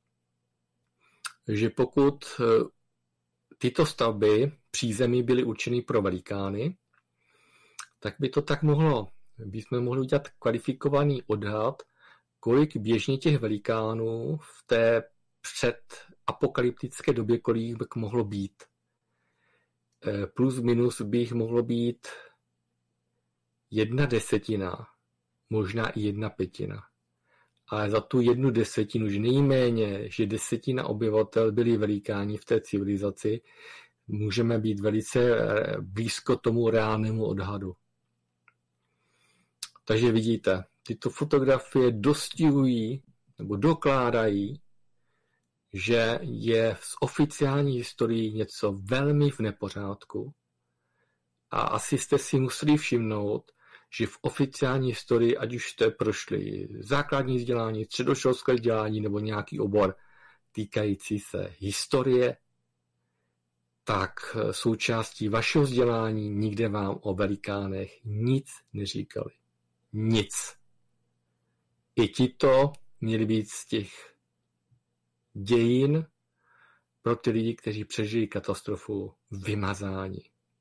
že pokud tyto stavby přízemí byly určeny pro velikány, tak by to tak mohlo, bychom mohli udělat kvalifikovaný odhad, kolik běžně těch velikánů v té předapokalyptické době, kolik by mohlo být. Plus minus by jich mohlo být jedna desetina, možná i jedna pětina. Ale za tu jednu desetinu, že nejméně, že desetina obyvatel byli velikáni v té civilizaci, můžeme být velice blízko tomu reálnému odhadu. Takže vidíte, tyto fotografie dostihují nebo dokládají, že je z oficiální historií něco velmi v nepořádku. A asi jste si museli všimnout, že v oficiální historii, ať už jste prošli základní vzdělání, středoškolské vzdělání nebo nějaký obor týkající se historie, tak součástí vašeho vzdělání nikde vám o velikánech nic neříkali. Nic. I tito měli být z těch dějin pro ty lidi, kteří přežili katastrofu, vymazáni.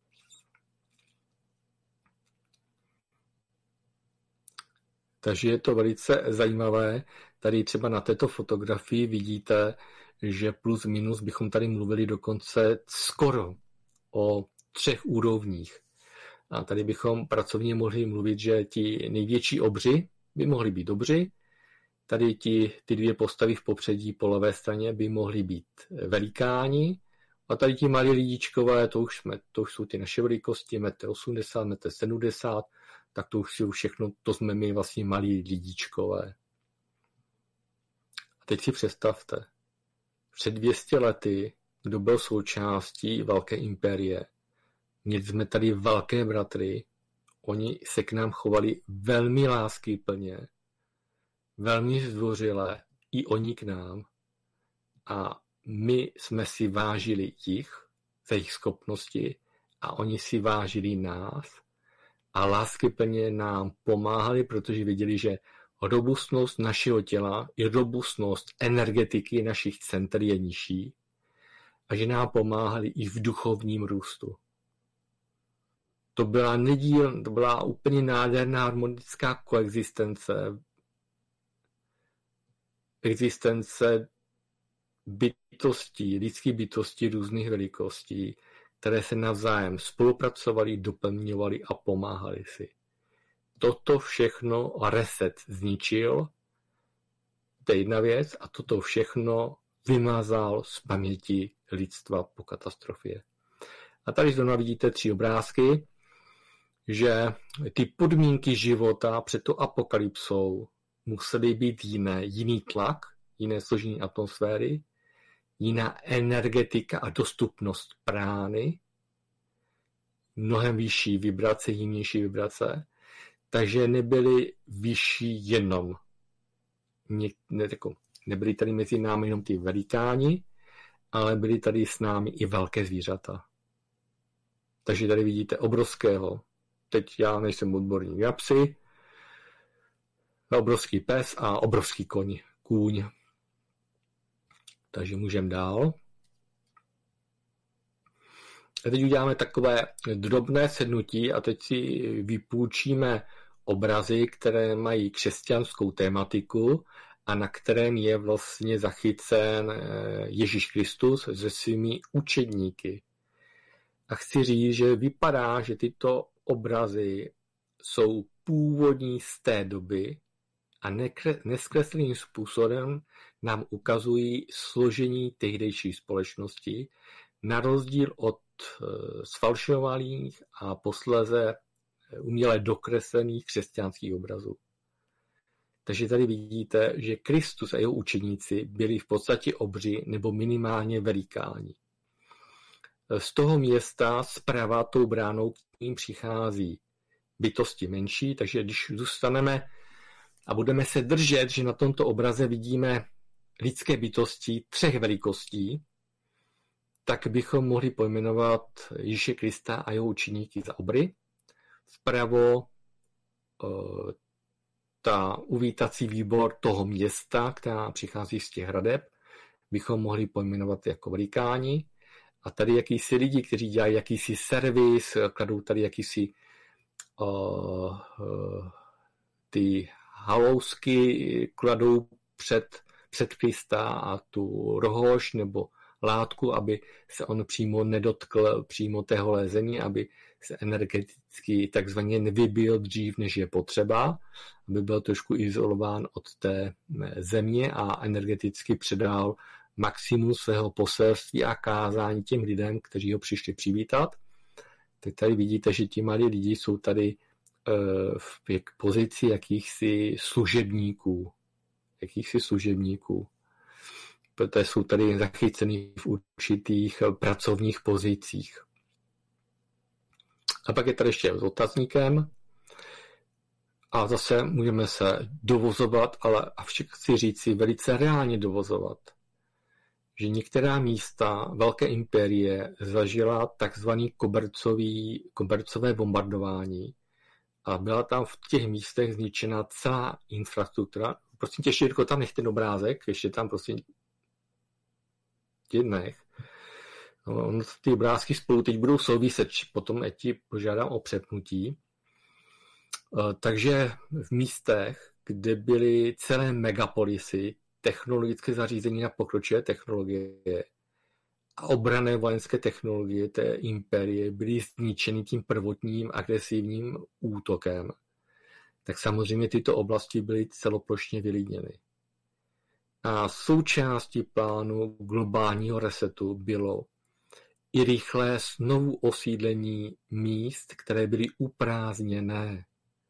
Takže je to velice zajímavé. Tady třeba na této fotografii vidíte, že plus minus bychom tady mluvili dokonce skoro o třech úrovních. A tady bychom pracovně mohli mluvit, že ti největší obři by mohli být dobří. Tady ti, ty dvě postavy v popředí po levé straně by mohly být velikáni. A tady ti malí lidičkové, to už, jsme, to už jsou ty naše velikosti, metr osmdesát, metr sedmdesát, tak to už jsou všechno, to jsme my vlastně malí lidičkové. A teď si představte, před dvě stě lety, kdo byl součástí velké impérie, měli jsme tady velké bratry, oni se k nám chovali velmi láskyplně, velmi zdvořile, i oni k nám. A my jsme si vážili jich, za jejich schopnosti, a oni si vážili nás a láskyplně nám pomáhali, protože věděli, že robustnost našeho těla i robustnost energetiky našich center je nižší a že nám pomáhali i v duchovním růstu. To byla nedíl, to byla úplně nádherná harmonická koexistence, existence bytostí, lidských bytostí různých velikostí, které se navzájem spolupracovaly, doplňovaly a pomáhaly si. Toto všechno reset zničil, to je jedna věc, a toto všechno vymazal z paměti lidstva po katastrofě. A tady zrovna vidíte tři obrázky, že ty podmínky života před tou apokalypsou musely být jiné, jiný tlak, jiné složení atmosféry, jiná energetika a dostupnost prány, mnohem vyšší vibrace, jemnější vibrace, takže nebyly vyšší jenom. Ne, ne, jako, nebyly tady mezi námi jenom ty velikáni, ale byly tady s námi i velké zvířata. Takže tady vidíte obrovského, teď já nejsem odborník na psy, obrovský pes a obrovský koň, kůň. Takže můžeme dál. A teď uděláme takové drobné sednutí a teď si vypůjčíme obrazy, které mají křesťanskou tématiku a na kterém je vlastně zachycen Ježíš Kristus se svými učedníky. A chci říct, že vypadá, že tyto obrazy jsou původní z té doby a neskresleným způsobem nám ukazují složení tehdejší společnosti, na rozdíl od sfalšovaných a posléze uměle dokreslených křesťanských obrazů. Takže tady vidíte, že Kristus a jeho učeníci byli v podstatě obři nebo minimálně velikáni. Z toho města zprava tou bránou k ním přichází bytosti menší, takže když zůstaneme a budeme se držet, že na tomto obraze vidíme lidské bytosti třech velikostí, tak bychom mohli pojmenovat Ježíše Krista a jeho učeníky za obry. Vpravo ta uvítací výbor toho města, která přichází z těch hradeb, bychom mohli pojmenovat jako velikáni. A tady jakýsi lidi, kteří dělají jakýsi servis, kladou tady jakýsi uh, uh, ty halousky, kladou před, před Krista a tu rohož nebo látku, aby se on přímo nedotkl přímo tého lézení, aby se energeticky takzvaně nevybil dřív, než je potřeba, aby byl trošku izolován od té země a energeticky předal maximum svého poselství a kázání těm lidem, kteří ho přišli přivítat. Tak tady vidíte, že ti malí lidi jsou tady v pozici jakýchsi služebníků. Jakýchsi služebníků. Protože jsou tady zachyceni v určitých pracovních pozicích. A pak je tady ještě s otazníkem. A zase můžeme se dovozovat, ale a však chci říct si velice reálně dovozovat, že některá místa velké impérie zažila takzvaný kobercový, kobercové bombardování a byla tam v těch místech zničena celá infrastruktura. Prosím tě, ještě jako tam nechte obrázek, ještě tam prosím tě nech. No, ty obrázky spolu teď budou souviset, potom já ti požádám o přepnutí. Takže v místech, kde byly celé megapolisy, technologické zařízení na pokročilé technologie a obranné vojenské technologie té impérie byly zničeny tím prvotním agresivním útokem, tak samozřejmě tyto oblasti byly celoplošně vylidněny. A součástí plánu globálního resetu bylo, i rychlé znovu osídlení míst, které byly uprázdněné.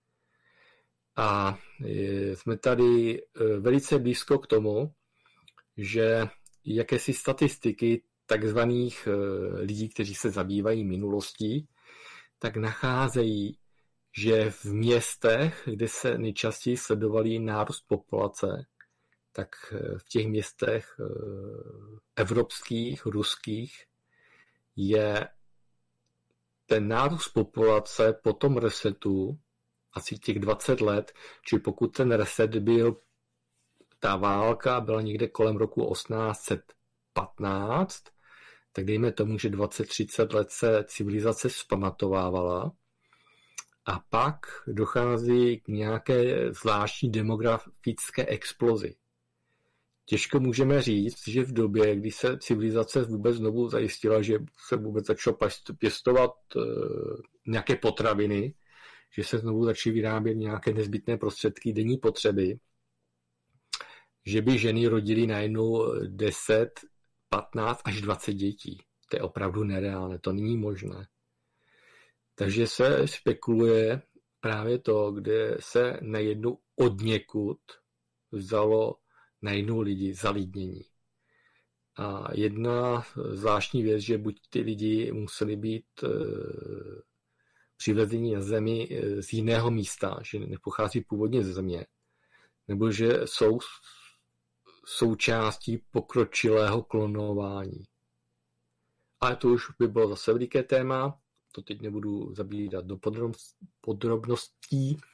A jsme tady velice blízko k tomu, že jakési statistiky takzvaných lidí, kteří se zabývají minulostí, tak nacházejí, že v městech, kde se nejčastěji sledovalý nárůst populace, tak v těch městech evropských, ruských je ten nárůst populace po tom resetu asi těch dvacet let, či pokud ten reset byl, ta válka byla někde kolem roku osmnáct set patnáct, tak dejme tomu, že dvacet třicet let se civilizace vzpamatovávala a pak dochází k nějaké zvláštní demografické explozi. Těžko můžeme říct, že v době, kdy se civilizace vůbec znovu zajistila, že se vůbec začalo pěstovat nějaké potraviny, že se znovu začaly vyrábět nějaké nezbytné prostředky denní potřeby, že by ženy rodily najednou deset, patnáct až dvacet dětí. To je opravdu nereálné, to není možné. Takže se spekuluje právě to, kde se najednou odněkud vzalo najednou lidi zalidnění. A jedna zvláštní věc, že buď ty lidi museli být e, přivezení na zemi z jiného místa, že nepochází původně ze země, nebo že jsou součástí pokročilého klonování. Ale to už by bylo zase veliké téma, to teď nebudu zabírat do podrobností. E,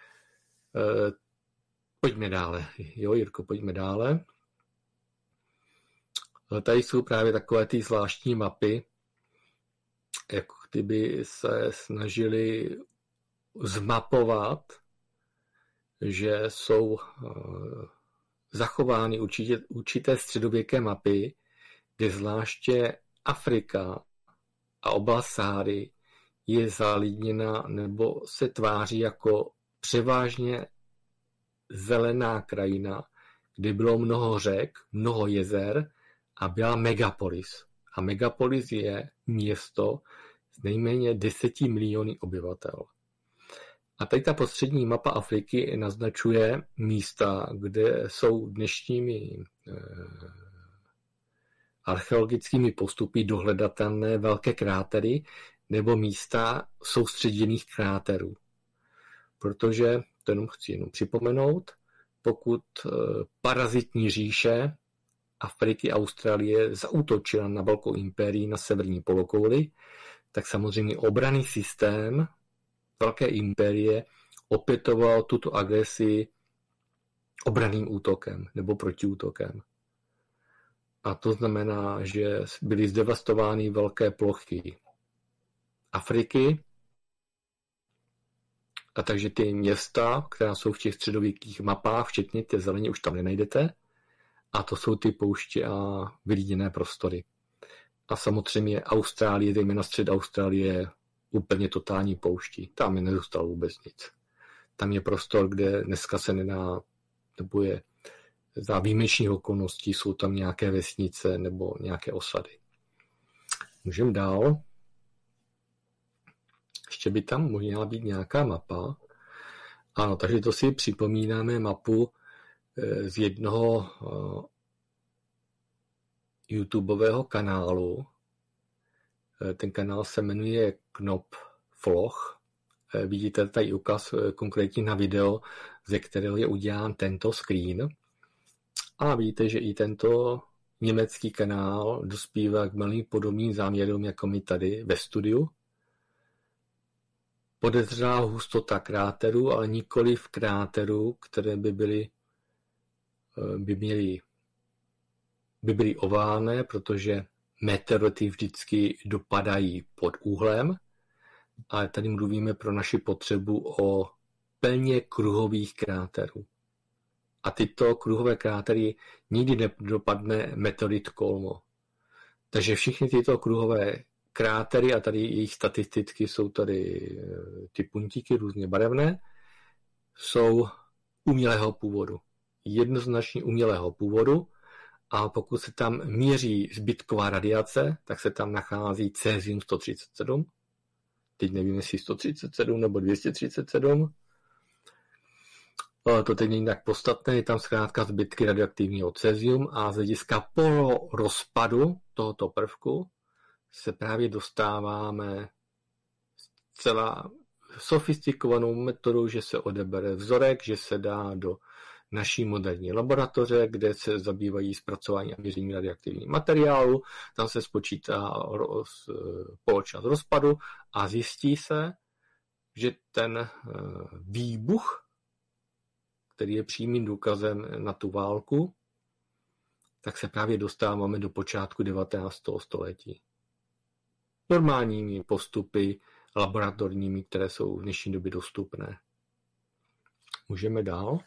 pojďme dále. Jo, Jirko, pojďme dále. Tady jsou právě takové ty zvláštní mapy, jako kdyby se snažili zmapovat, že jsou zachovány určitě, určité středověké mapy, kde zvláště Afrika a oblast Sáry je zalidněna nebo se tváří jako převážně zelená krajina, kde bylo mnoho řek, mnoho jezer a byla megapolis. A megapolis je město s nejméně deseti miliony obyvatel. A tady ta prostřední mapa Afriky naznačuje místa, kde jsou dnešními eh, archeologickými postupy dohledatelné velké krátery nebo místa soustředěných kráterů. Protože, to jenom chci jenom připomenout, pokud eh, parazitní říše Afriky a Austrálie zaútočila na velkou impérii na severní polokouli, tak samozřejmě obranný systém velké impérie opětoval tuto agresi obranným útokem nebo protiútokem. A to znamená, že byly zdevastovány velké plochy Afriky, a takže ty města, která jsou v těch středověkých mapách, včetně té zeleně, už tam nenajdete. A to jsou ty pouště a vylidněné prostory. A samozřejmě Austrálie, zejména střed Austrálie, úplně totální pouští. Tam je nezůstalo vůbec nic. Tam je prostor, kde dneska se nedá, nebo je za výjimečných okolností, jsou tam nějaké vesnice nebo nějaké osady. Můžeme dál. Ještě by tam mohla být nějaká mapa. Ano, takže to si připomínáme mapu z jednoho YouTubeového kanálu. Ten kanál se jmenuje Knopfloch. Vidíte tady ukaz konkrétně na video, ze kterého je udělán tento screen. A vidíte, že i tento německý kanál dospívá k malým podobným záměrům, jako my tady ve studiu. Podezřelá hustota kráterů, ale nikoli v kráterů, které by byly by měly by byly oválné, protože meteority vždycky dopadají pod úhlem, ale tady mluvíme pro naši potřebu o plně kruhových kráterů. A tyto kruhové krátery nikdy nedopadne meteorit kolmo. Takže všechny tyto kruhové krátery, a tady jejich statisticky jsou tady ty puntíky různě barevné, jsou umělého původu. Jednoznačně umělého původu a pokud se tam měří zbytková radiace, tak se tam nachází cézium sto třicet sedm. Teď nevím, jestli sto třicet sedm nebo dvě stě třicet sedm. To teď není tak podstatné, je tam zkrátka zbytky radioaktivního cézium a z hlediska polorozpadu tohoto prvku se právě dostáváme zcela sofistikovanou metodou, že se odebere vzorek, že se dá do naší moderní laboratoře, kde se zabývají zpracování a měření radioaktivního materiálu, tam se spočítá roz, poločas rozpadu a zjistí se, že ten výbuch, který je přímým důkazem na tu válku, tak se právě dostáváme do počátku devatenáctého století. Normálními postupy laboratorními, které jsou v dnešní době dostupné. Můžeme dál.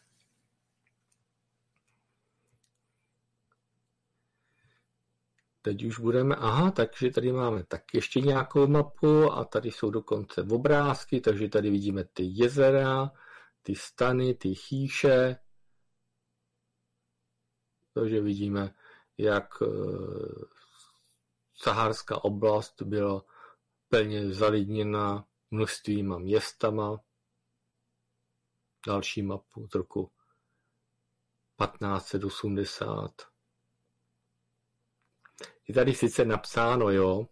Teď už budeme, aha, takže tady máme tak ještě nějakou mapu a tady jsou dokonce obrázky, takže tady vidíme ty jezera, ty stany, ty chýše. Takže vidíme, jak saharská oblast byla plně zalidněna množstvýma městama. Další mapu z roku patnáct set osmdesát. Je tady sice napsáno, jo,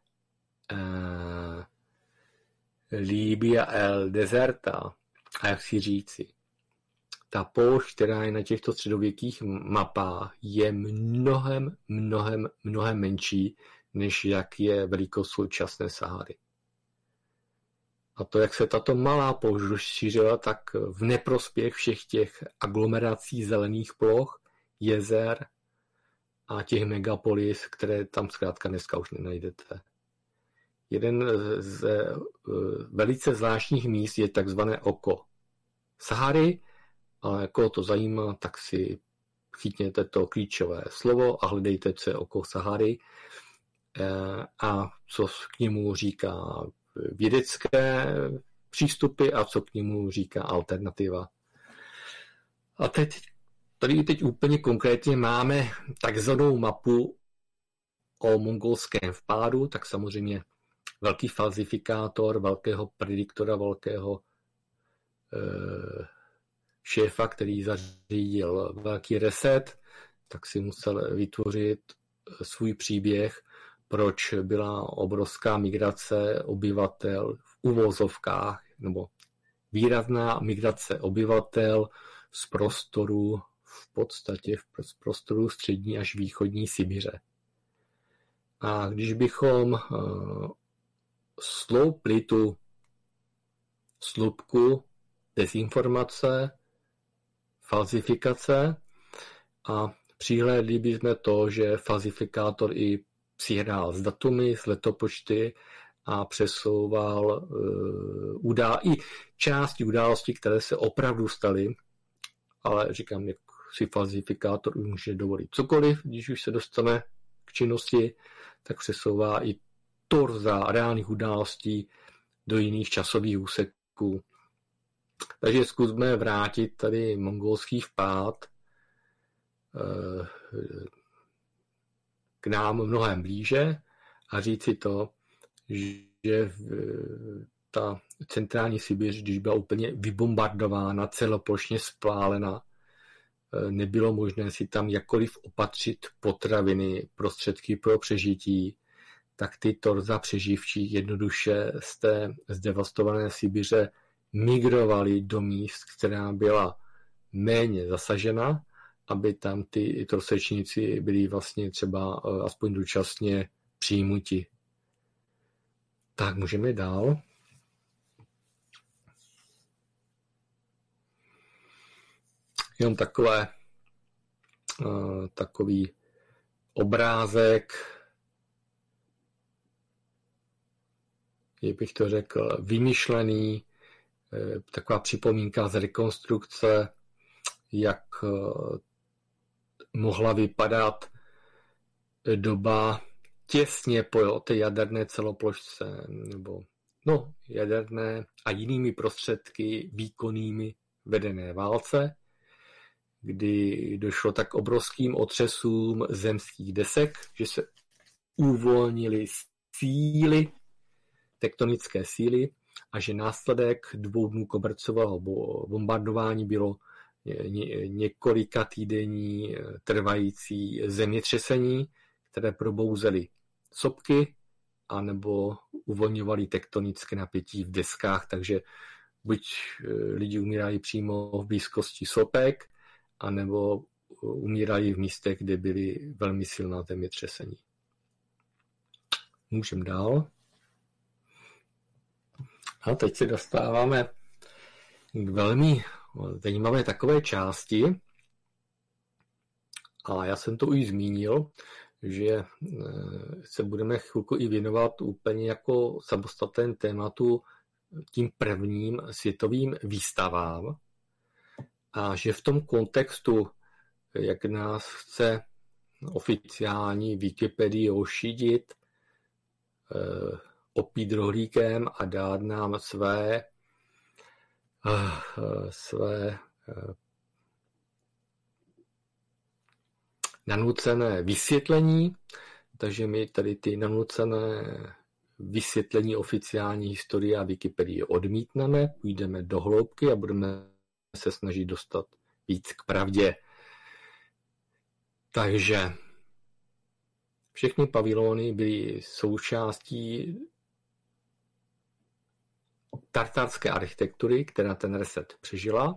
eh, Libia el deserta, a jak si říci, ta poušť, která je na těchto středověkých mapách, je mnohem, mnohem, mnohem menší, než jak je velikost současné Sahary. A to, jak se tato malá poušť rozšířila, tak v neprospěch všech těch aglomerací zelených ploch, jezer a těch megapolis, které tam zkrátka dneska už nenajdete. Jeden z velice zvláštních míst je takzvané oko Sahary, ale jako to zajímá, tak si chytněte to klíčové slovo a hledejte, co je oko Sahary a co k němu říká vědecké přístupy a co k němu říká alternativa. A teď, tady teď úplně konkrétně máme takzvanou mapu o mongolském vpádu, tak samozřejmě velký falzifikátor, velkého prediktora, velkého eh, šéfa, který zařídil velký reset, tak si musel vytvořit svůj příběh, proč byla obrovská migrace obyvatel v uvozovkách, nebo výrazná migrace obyvatel z prostoru, v podstatě z prostoru střední až východní Sibiře. A když bychom sloupli tu sloupku dezinformace, falzifikace a přihlédli bychom to, že falzifikátor i si hrál s datumy, s letopočty a přesouval uh, udál, i části událostí, které se opravdu staly, ale říkám, jak si falzifikátor může dovolit cokoliv, když už se dostane k činnosti, tak přesouvá i torza reálných událostí do jiných časových úseků. Takže zkusme vrátit tady mongolský vpád uh, k nám mnohem blíže a říct si to, že ta centrální Sibiř, když byla úplně vybombardována, celoplošně spálena, nebylo možné si tam jakkoliv opatřit potraviny, prostředky pro přežití, tak ty torza přeživčí jednoduše z té zdevastované Sibiře migrovaly do míst, která byla méně zasažena, aby tam ty trosečníci byli vlastně třeba aspoň dočasně přijímuti. Tak můžeme dál. Jenom takové, uh, takový obrázek, jak bych to řekl, vymyšlený, uh, taková připomínka z rekonstrukce, jak uh, mohla vypadat doba těsně po té jaderné celoplošce, nebo no, jaderné a jinými prostředky výkonnými vedené válce, kdy došlo tak obrovským otřesům zemských desek, že se uvolnily síly, tektonické síly, a že následek dvou dnů kobercového bombardování bylo několika týdenní trvající zemětřesení, které probouzely sopky anebo uvolňovaly tektonické napětí v deskách, takže buď lidi umírali přímo v blízkosti sopek, anebo umírali v místech, kde byly velmi silná zemětřesení. Můžeme dál. A teď se dostáváme k velmi zajímavé takové části. A já jsem to už zmínil, že se budeme chvilku i věnovat úplně jako samostatném tématu tím prvním světovým výstavám. A že v tom kontextu, jak nás chce oficiální Wikipedie ošidit, opít rohlíkem a dát nám své, své nanucené vysvětlení, takže my tady ty nanucené vysvětlení oficiální historie a Wikipedie odmítneme, půjdeme do hloubky a budeme se snažit dostat víc k pravdě. Takže všechny pavilony byly součástí tartarské architektury, která ten reset přežila.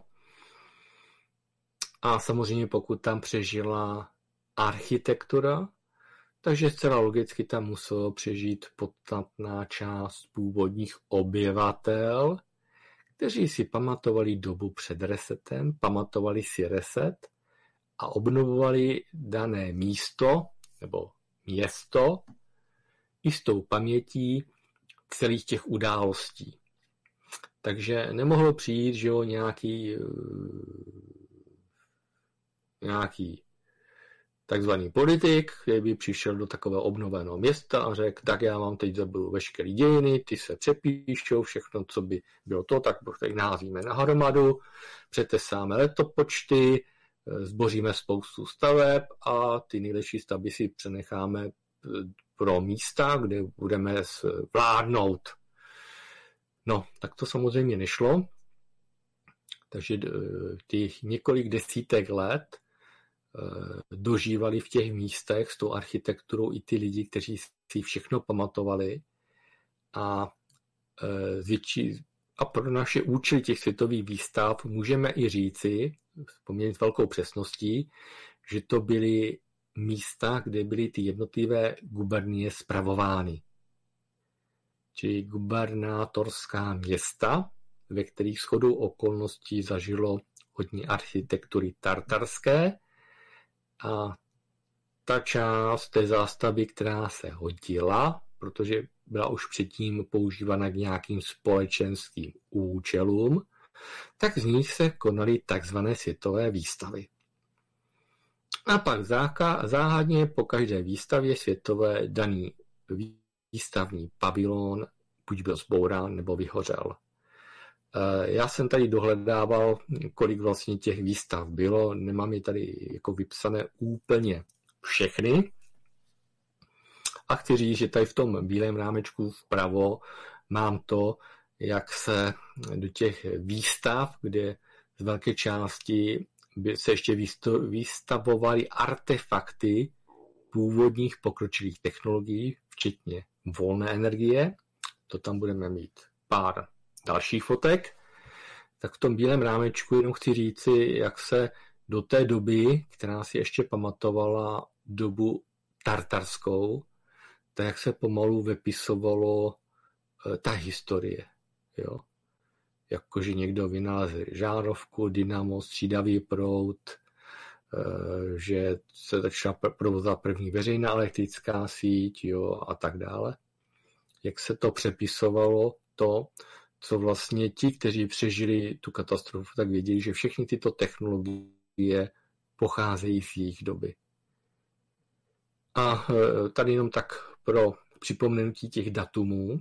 A samozřejmě pokud tam přežila architektura, takže zcela logicky tam muselo přežít podstatná část původních obyvatel, kteří si pamatovali dobu před resetem, pamatovali si reset a obnovovali dané místo nebo město i s tou pamětí celých těch událostí. Takže nemohlo přijít, že jo, nějaký nějaký takzvaný politik, který by přišel do takového obnoveného města a řekl, tak já vám teď zabudu veškerý dějiny, ty se přepíšou, všechno, co by bylo to, tak teď naházíme na hromadu, přetesáme letopočty, zboříme spoustu staveb a ty nejlepší stavby si přenecháme pro místa, kde budeme vládnout. No, tak to samozřejmě nešlo. Takže těch několik desítek let dožívali v těch místech s tou architekturou i ty lidi, kteří si všechno pamatovali a, zvětší, a pro naše účely těch světových výstav můžeme i říci, poměrně s velkou přesností, že to byly místa, kde byly ty jednotlivé gubernie spravovány. Čili gubernátorská města, ve kterých shodou okolností zažilo hodně architektury tartarské, a ta část té zástavby, která se hodila, protože byla už předtím používána k nějakým společenským účelům, tak z nich se konaly takzvané světové výstavy. A pak záhadně po každé výstavě světové daný výstavní pavilon buď byl zbourán nebo vyhořel. Já jsem tady dohledával, kolik vlastně těch výstav bylo, nemám je tady jako vypsané úplně všechny. A chci říct, že tady v tom bílém rámečku vpravo mám to, jak se do těch výstav, kde z velké části by se ještě vystavovaly artefakty původních pokročilých technologií, včetně volné energie. To tam budeme mít pár dalších fotek. Tak v tom bílém rámečku jenom chci říci, jak se do té doby, která si ještě pamatovala dobu tartarskou, tak jak se pomalu vypisovalo e, ta historie. Jo? Jakože někdo vynalezl žárovku, dynamo, střídavý proud, e, že se začala provozovat první veřejná elektrická síť, jo, a tak dále. Jak se to přepisovalo, to, co vlastně ti, kteří přežili tu katastrofu, tak věděli, že všechny tyto technologie pocházejí z jejich doby. A tady jenom tak pro připomenutí těch datumů,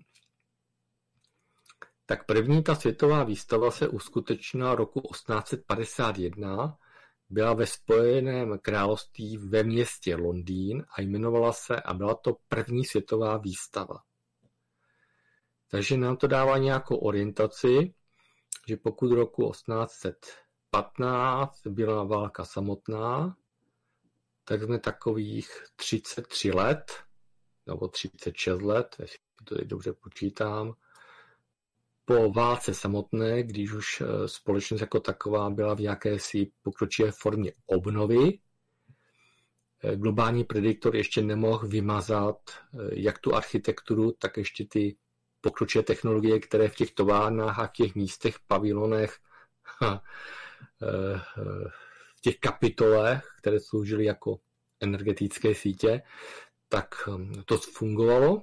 tak první ta světová výstava se uskutečnila roku osmnáct set padesát jedna, byla ve Spojeném království ve městě Londýn a jmenovala se a byla to první světová výstava. Takže nám to dává nějakou orientaci, že pokud roku osmnáct set patnáct byla válka samotná, tak jsme takových třicet tři let, nebo třicet šest let, jestli to teď dobře počítám, po válce samotné, když už společnost jako taková byla v jakési pokročilé formě obnovy, globální prediktor ještě nemohl vymazat jak tu architekturu, tak ještě ty pokročilé technologie, které v těch továrnách a v těch místech, pavilonech, v těch kapitolech, které sloužily jako energetické sítě, tak to fungovalo.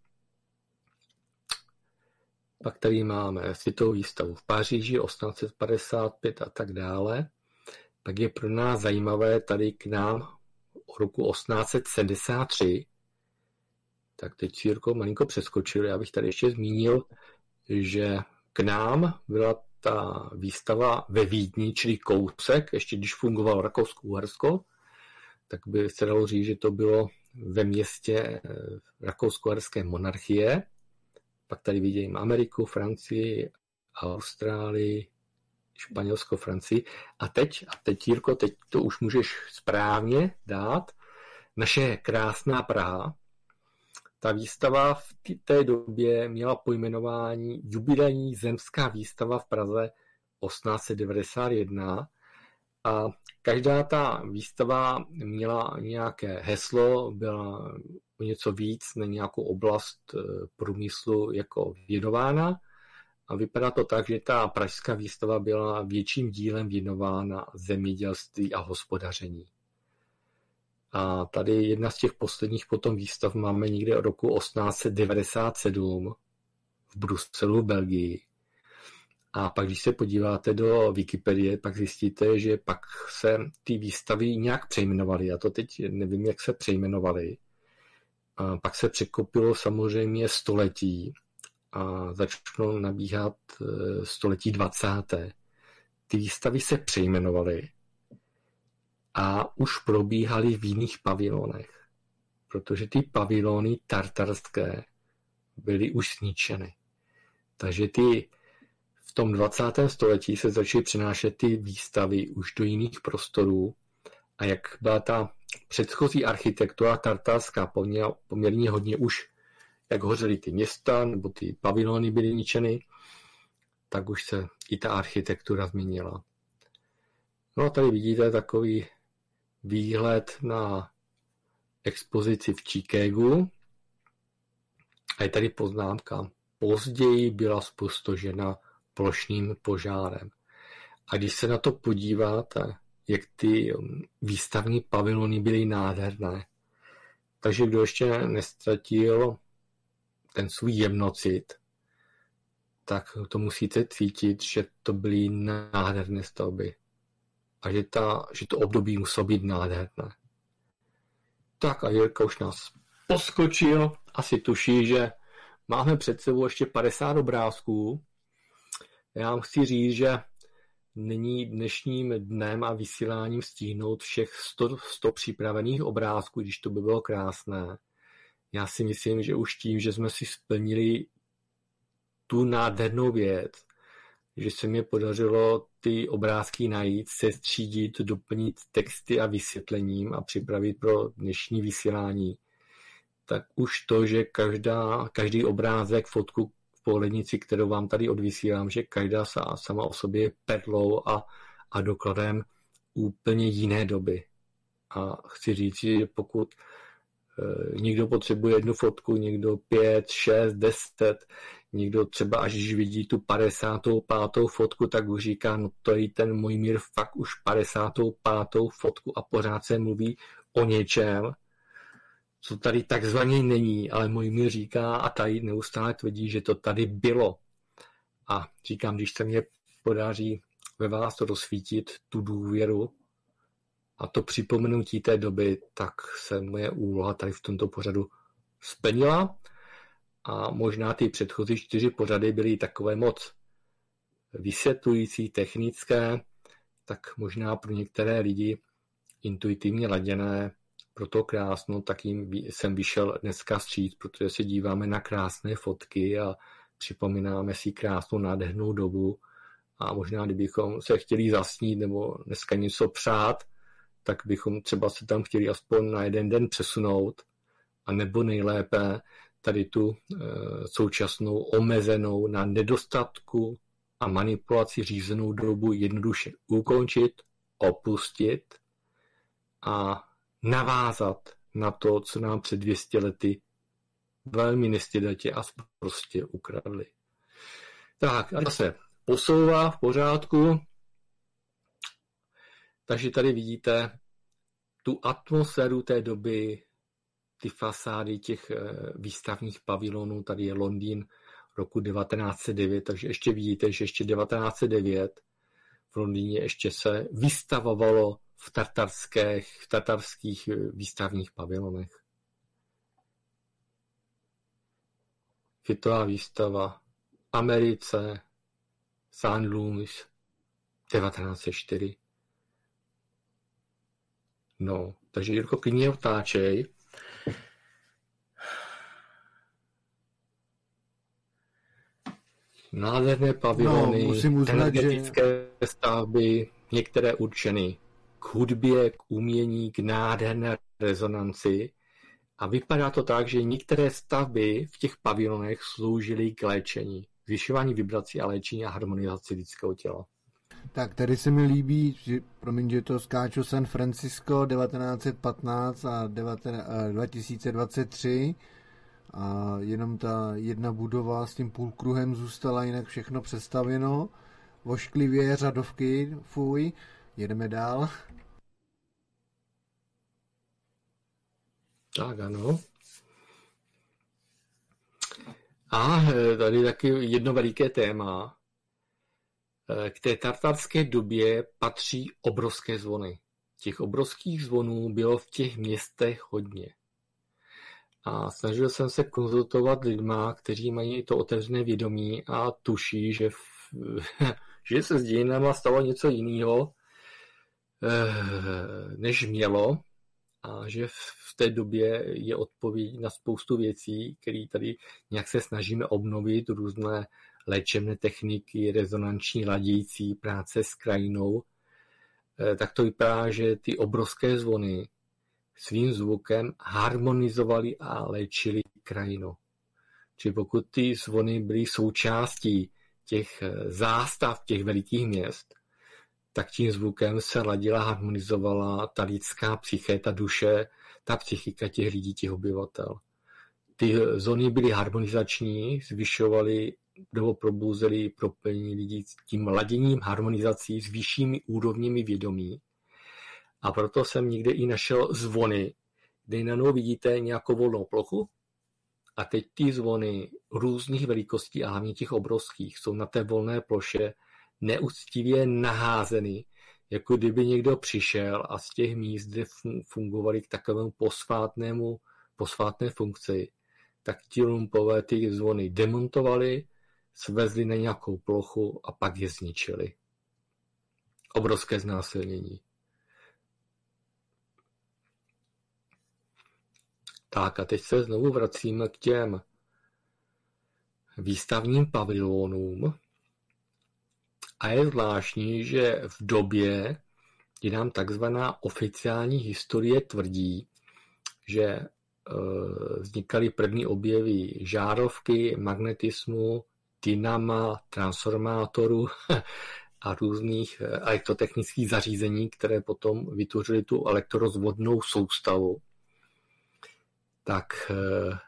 Pak tady máme světovou výstavu v Paříži osmnáct set padesát pět a tak dále. Pak je pro nás zajímavé tady k nám o roku osmnáct set sedmdesát tři. Tak teď si Jirko malinko přeskočil. Já bych tady ještě zmínil, že k nám byla ta výstava ve Vídni, čili kousek, ještě když fungovalo Rakousko-Uhersko, tak by se dalo říct, že to bylo ve městě Rakousko-Uherské monarchie. Pak tady vidím Ameriku, Francii, Austrálii, Španělsko, Francii. A teď, a teď, Jirko, teď to už můžeš správně dát. Naše krásná Praha. Ta výstava v té době měla pojmenování Jubilejní zemská výstava v Praze osmnáct set devadesát jedna a každá ta výstava měla nějaké heslo, byla o něco víc na nějakou oblast průmyslu jako věnována a vypadá to tak, že ta pražská výstava byla větším dílem věnována zemědělství a hospodaření. A tady jedna z těch posledních potom výstav máme někde od roku osmnáct set devadesát sedm v Bruselu v Belgii. A pak, když se podíváte do Wikipedie, pak zjistíte, že pak se ty výstavy nějak přejmenovaly. Já to teď nevím, jak se přejmenovaly. A pak se překopilo samozřejmě století a začalo nabíhat století dvacáté. Ty výstavy se přejmenovaly a už probíhaly v jiných pavilonech, protože ty pavilony tartarské byly už zničeny. Takže ty v tom dvacátém století se začaly přinášet ty výstavy už do jiných prostorů a jak byla ta předchozí architektura tartarská poměrně hodně už, jak hořely ty města nebo ty pavilony byly ničeny, tak už se i ta architektura změnila. No a tady vidíte takový výhled na expozici v Chicagu. A je tady poznámka. Později byla zpustošena plošným požárem. A když se na to podíváte, jak ty výstavní pavilony byly nádherné, takže kdo ještě nestratil ten svůj jemnocit, tak to musíte cítit, že to byly nádherné stavby. A že, ta, že to období muselo být nádherné. Tak a Jirka už nás poskočil. Asi tuší, že máme před sebou ještě padesát obrázků. Já vám chci říct, že není dnešním dnem a vysíláním stihnout všech sto, sto připravených obrázků, když to by bylo krásné. Já si myslím, že už tím, že jsme si splnili tu nádhernou věc, že se mi podařilo ty obrázky najít, sestřídit, doplnit texty a vysvětlením a připravit pro dnešní vysílání, tak už to, že každá, každý obrázek, fotku v pohlednici, kterou vám tady odvysílám, že každá sama o sobě je perlou a, a dokladem úplně jiné doby. A chci říct, že pokud e, někdo potřebuje jednu fotku, někdo pět, šest, deset, někdo třeba až když vidí tu padesátou pátou fotku, tak už říká, no to je ten Mojmír fakt už padesátou pátou fotku a pořád se mluví o něčem, co tady takzvaně není, ale Mojmír říká a tady neustále tvrdí, že to tady bylo. A říkám, když se mě podaří ve vás to rozsvítit, tu důvěru a to připomenutí té doby, tak se moje úloha tady v tomto pořadu splnila. A možná ty předchozí čtyři pořady byly takové moc vysvětlující, technické. tak možná pro některé lidi intuitivně laděné pro to krásno, tak jim jsem vyšel dneska vstříc, protože se díváme na krásné fotky a připomínáme si krásnou nádhernou dobu a možná kdybychom se chtěli zasnít nebo dneska něco přát, tak bychom třeba se tam chtěli aspoň na jeden den přesunout a nebo nejlépe tady tu e, současnou omezenou na nedostatku a manipulaci řízenou dobu jednoduše ukončit, opustit a navázat na to, co nám před dvěma sty lety velmi nestydatě a prostě ukradli. Tak a zase posouvá v pořádku. Takže tady vidíte tu atmosféru té doby, ty fasády těch výstavních pavilonů. Tady je Londýn roku devatenáct set devět, takže ještě vidíte, že ještě devatenáct set devět v Londýně ještě se vystavovalo v tartarských, v tartarských výstavních pavilonech. Světová výstava Americe, Saint Louis, devatenáct set čtyři. No, takže Jirko, klidně otáčej. Nádherné pavilony, no, musím uznat, energetické že... stavby, některé určeny k hudbě, k umění, k nádherné rezonanci. A vypadá to tak, že některé stavby v těch pavilonech sloužily k léčení, zvyšování vibrací a léčení a harmonizaci lidského těla. Tak tady se mi líbí, že, promiň, že to skáču, San Francisco devatenáct set patnáct a dva tisíce dvacet tři a jenom ta jedna budova s tím půlkruhem zůstala, jinak všechno přestavěno. Vošklivě, řadovky, fuj, jedeme dál. Tak ano. A tady taky jedno veliké téma. K té tartarské době patří obrovské zvony. Těch obrovských zvonů bylo v těch městech hodně. A snažil jsem se konzultovat lidma, kteří mají to otevřené vědomí a tuší, že, v, že se s dějinama stalo něco jiného, než mělo. A že v té době je odpověď na spoustu věcí, které tady nějak se snažíme obnovit, různé léčebné techniky, rezonanční ladící, práce s krajinou, tak to vypadá, že ty obrovské zvony svým zvukem harmonizovaly a léčily krajinu. Čili pokud ty zvony byly součástí těch zástav těch velikých měst, tak tím zvukem se ladila, harmonizovala ta lidská psyché, ta duše, ta psychika těch lidí, těch obyvatel. Ty zóny byly harmonizační, zvyšovaly nebo probouzely propojení lidí s tím laděním harmonizací s vyššími úrovněmi vědomí. A proto jsem někde i našel zvony, kde najednou vidíte nějakou volnou plochu a teď ty zvony různých velikostí a hlavně těch obrovských jsou na té volné ploše neúctivě naházeny, jako kdyby někdo přišel a z těch míst, kde fungovali k takovému posvátnému, posvátné funkci, tak ti lumpové ty zvony demontovali, svezli na nějakou plochu a pak je zničili. Obrovské znásilnění. Tak a teď se znovu vracíme k těm výstavním pavilonům. A je zvláštní, že v době, kdy nám takzvaná oficiální historie tvrdí, že e, vznikaly první objevy žárovky, magnetismu, dynama, transformátoru a různých elektrotechnických zařízení, které potom vytvořily tu elektrorozvodnou soustavu, tak e,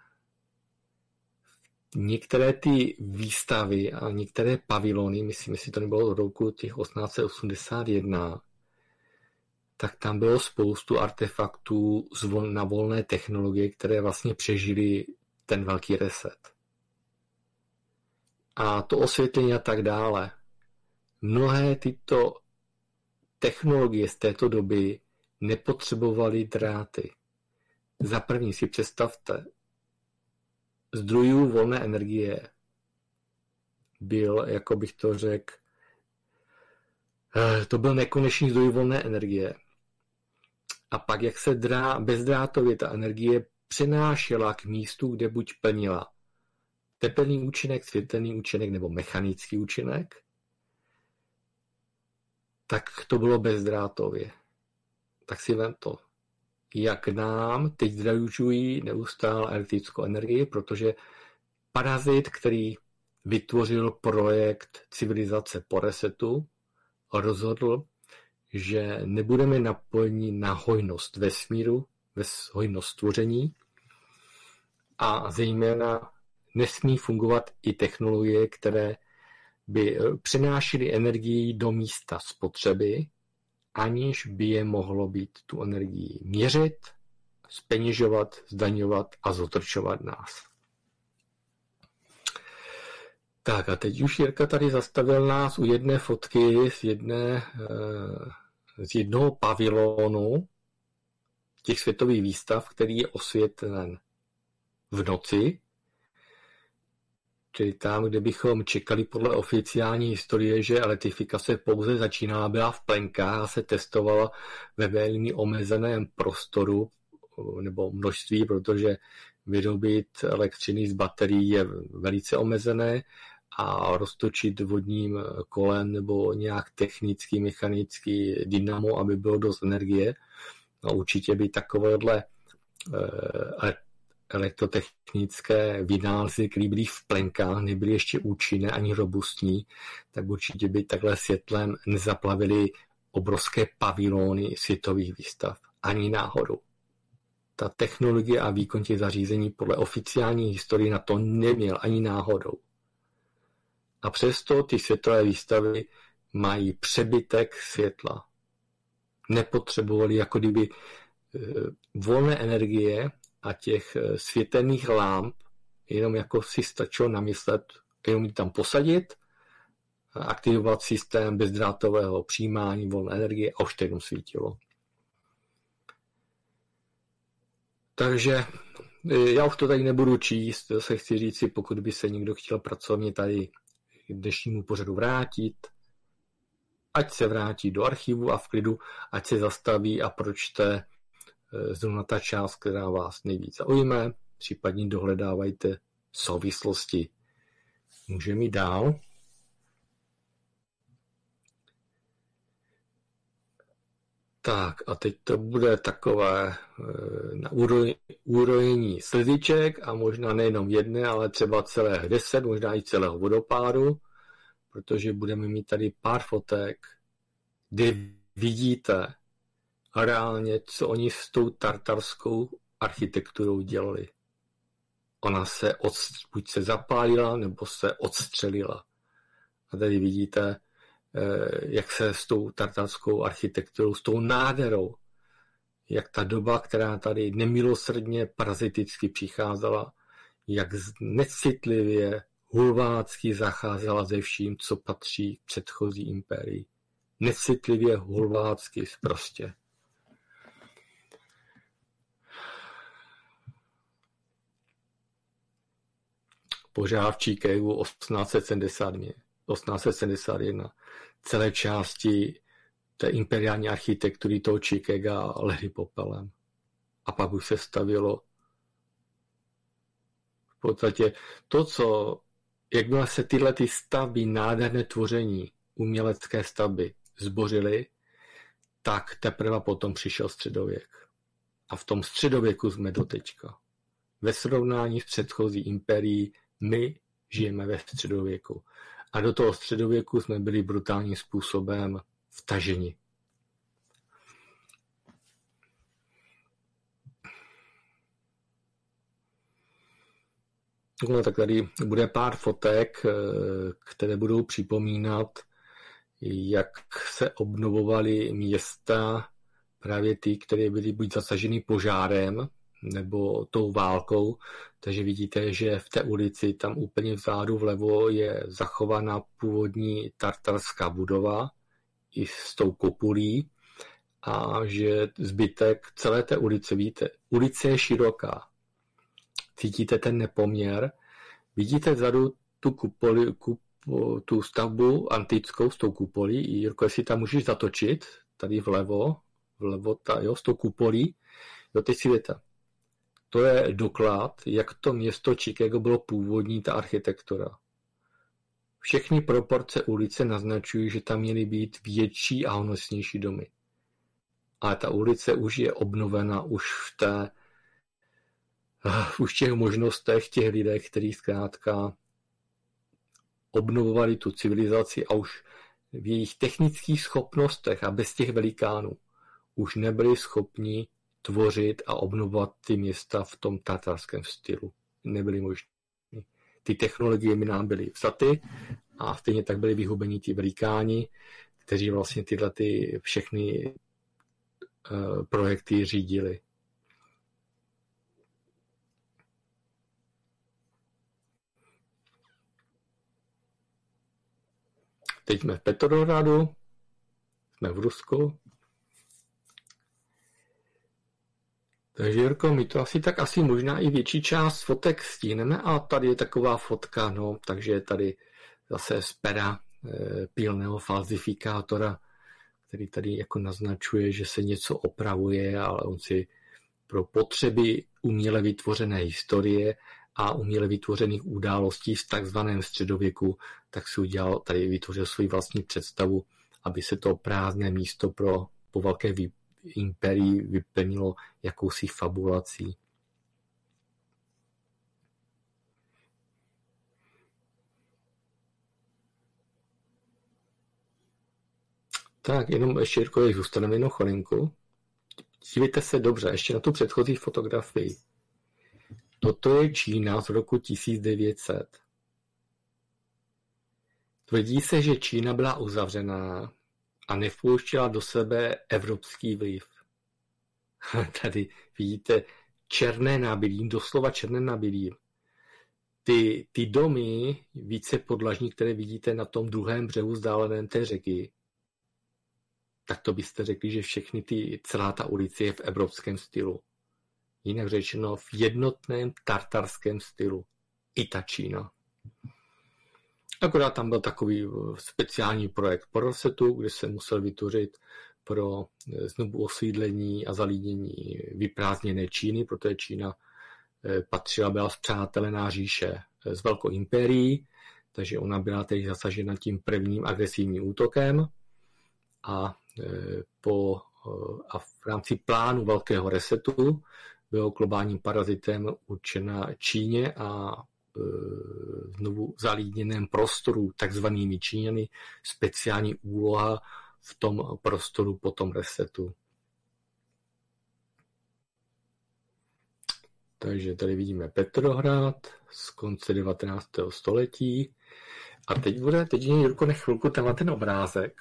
některé ty výstavy a některé pavilony, myslím, jestli to nebylo od roku těch osmnáct set osmdesát jedna, tak tam bylo spoustu artefaktů na volné technologie, které vlastně přežily ten velký reset. A to osvětlení a tak dále. Mnohé tyto technologie z této doby nepotřebovaly dráty. Za první si představte, zdrojů volné energie byl, jako bych to řekl, To byl nekonečný zdroj volné energie. A pak, jak se drá, bezdrátově ta energie přenášela k místu, kde buď plnila tepelný účinek, světelný účinek nebo mechanický účinek, tak to bylo bezdrátově. Tak si vem to. Jak nám teď zdražují neustále elektrickou energii, protože parazit, který vytvořil projekt civilizace po resetu, rozhodl, že nebudeme napojeni na hojnost vesmíru, hojnost stvoření a zejména nesmí fungovat i technologie, které by přinášely energii do místa spotřeby, aniž by je mohlo být tu energii měřit, zpeněžovat, zdaňovat a zotrčovat nás. Tak a teď už Jirka tady zastavil nás u jedné fotky z, jedné, z jednoho pavilonu těch světových výstav, který je osvětlen v noci, čili tam, kde bychom čekali podle oficiální historie, že elektrifikace pouze začínala, byla v plenkách a se testovala ve velmi omezeném prostoru nebo množství, protože vyrobit elektřiny z baterií je velice omezené a roztočit vodním kolem nebo nějak technický, mechanický dynamo, aby bylo dost energie. No, určitě by takovéhle eh, elektrotechnické vynálezy, které byly v plenkách, nebyly ještě účinné ani robustní, tak určitě by takhle světlem nezaplavily obrovské pavilony světových výstav. Ani náhodou. Ta technologie a výkon těch zařízení podle oficiální historie na to neměl ani náhodou. A přesto ty světové výstavy mají přebytek světla. Nepotřebovali jako kdyby volné energie a těch světelných lámp jenom jako si stačilo namyslet, jenom ji tam posadit, aktivovat systém bezdrátového přijímání volné energie a už to jenom svítilo. Takže já už to tady nebudu číst, se chci říct si, pokud by se někdo chtěl pracovně tady k dnešnímu pořadu vrátit, ať se vrátí do archivu a v klidu, ať se zastaví a pročte zrovna ta část, která vás nejvíc zaujme, případně dohledávajte souvislosti. Můžeme jít dál. Tak a teď to bude takové na úrojení slziček a možná nejenom jedné, ale třeba celé deset, možná i celého vodopádu, protože budeme mít tady pár fotek, kde vidíte reálně, co oni s tou tartarskou architekturou dělali. Ona se od, buď se zapálila, nebo se odstřelila. A tady vidíte, jak se s tou tartarskou architekturou, s tou nádherou, jak ta doba, která tady nemilosrdně paraziticky přicházela, jak necitlivě, hulvácky zacházela ze vším, co patří k předchozí impérii. Necitlivě, hulvácky, prostě. Požár v Chicagu osmnáct set sedmdesát jedna. Celé části té imperiální architektury toho Chicaga lehly popelem. A pak už se stavilo v podstatě to, co, jakmile se tyhle ty stavby, nádherné tvoření, umělecké stavby zbořily, tak teprve potom přišel středověk. A v tom středověku jsme doteďka. Ve srovnání s předchozí impérií my žijeme ve středověku. A do toho středověku jsme byli brutálním způsobem vtaženi. No, tak tady bude pár fotek, které budou připomínat, jak se obnovovaly města, právě ty, které byly buď zasaženy požárem, nebo tou válkou. Takže vidíte, že v té ulici tam úplně vzadu vlevo je zachovaná původní tartarská budova i s tou kopulí a že zbytek celé té ulice, víte, ulice je široká. Cítíte ten nepoměr. Vidíte vzadu tu kupoli, kup, tu stavbu antickou s tou kupolí. Jirko, jestli tam můžeš zatočit, tady vlevo, vlevo ta, jo, s tou kupolí. Jo, teď si věta. To je doklad, jak to město Chicago bylo původní, ta architektura. Všechny proporce ulice naznačují, že tam měly být větší a honosnější domy. Ale ta ulice už je obnovena už v té už v těch možnostech těch lidé, kteří zkrátka obnovovali tu civilizaci a už v jejich technických schopnostech a bez těch velikánů už nebyli schopni tvořit a obnovovat ty města v tom tatarském stylu. Nebyly možné. Ty technologie by nám byly vzaty a stejně tak byli vyhubeni ti velikáni, kteří vlastně tyhle ty všechny uh, projekty řídili. Teď jsme v Petrohradu, jsme v Rusku. Takže Jirko, my to asi tak asi možná i větší část fotek stíneme a tady je taková fotka, no, takže je tady zase z pera e, pílného falzifikátora, který tady jako naznačuje, že se něco opravuje, ale on si pro potřeby uměle vytvořené historie a uměle vytvořených událostí v takzvaném středověku, tak si udělal, tady vytvořil svou vlastní představu, aby se to prázdné místo pro po velké vý, imperii vyplnilo jakousi fabulací. Tak, jenom ještě Jirko, zůstaneme jenom chvilinku. Dívejte se dobře, ještě na tu předchozí fotografii. Toto je Čína z roku tisíc devět set. Tvrdí se, že Čína byla uzavřená a nevpouštěla do sebe evropský vliv. Tady vidíte černé nábělí, doslova černé nábělí. Ty, ty domy více podlažní, které vidíte na tom druhém břehu vzdáleném té řeky, tak to byste řekli, že všechny ty, celá ta ulice je v evropském stylu. Jinak řečeno v jednotném tartarském stylu. I ta Čína. Akorát tam byl takový speciální projekt pro Rosetu, kde se musel vytvořit pro znovu osídlení a zalídění vyprázdněné Číny, protože Čína patřila, byla spřátelená říše s velkou impérií, takže ona byla teď zasažena tím prvním agresivním útokem a, po, a v rámci plánu velkého resetu byl globálním parazitem určena Číně a znovu zalídněném prostoru takzvanými Číňany speciální úloha v tom prostoru po tom resetu. Takže tady vidíme Petrohrad z konce devatenáctého století a teď bude, teď je Jirko na chvilku tenhle ten obrázek.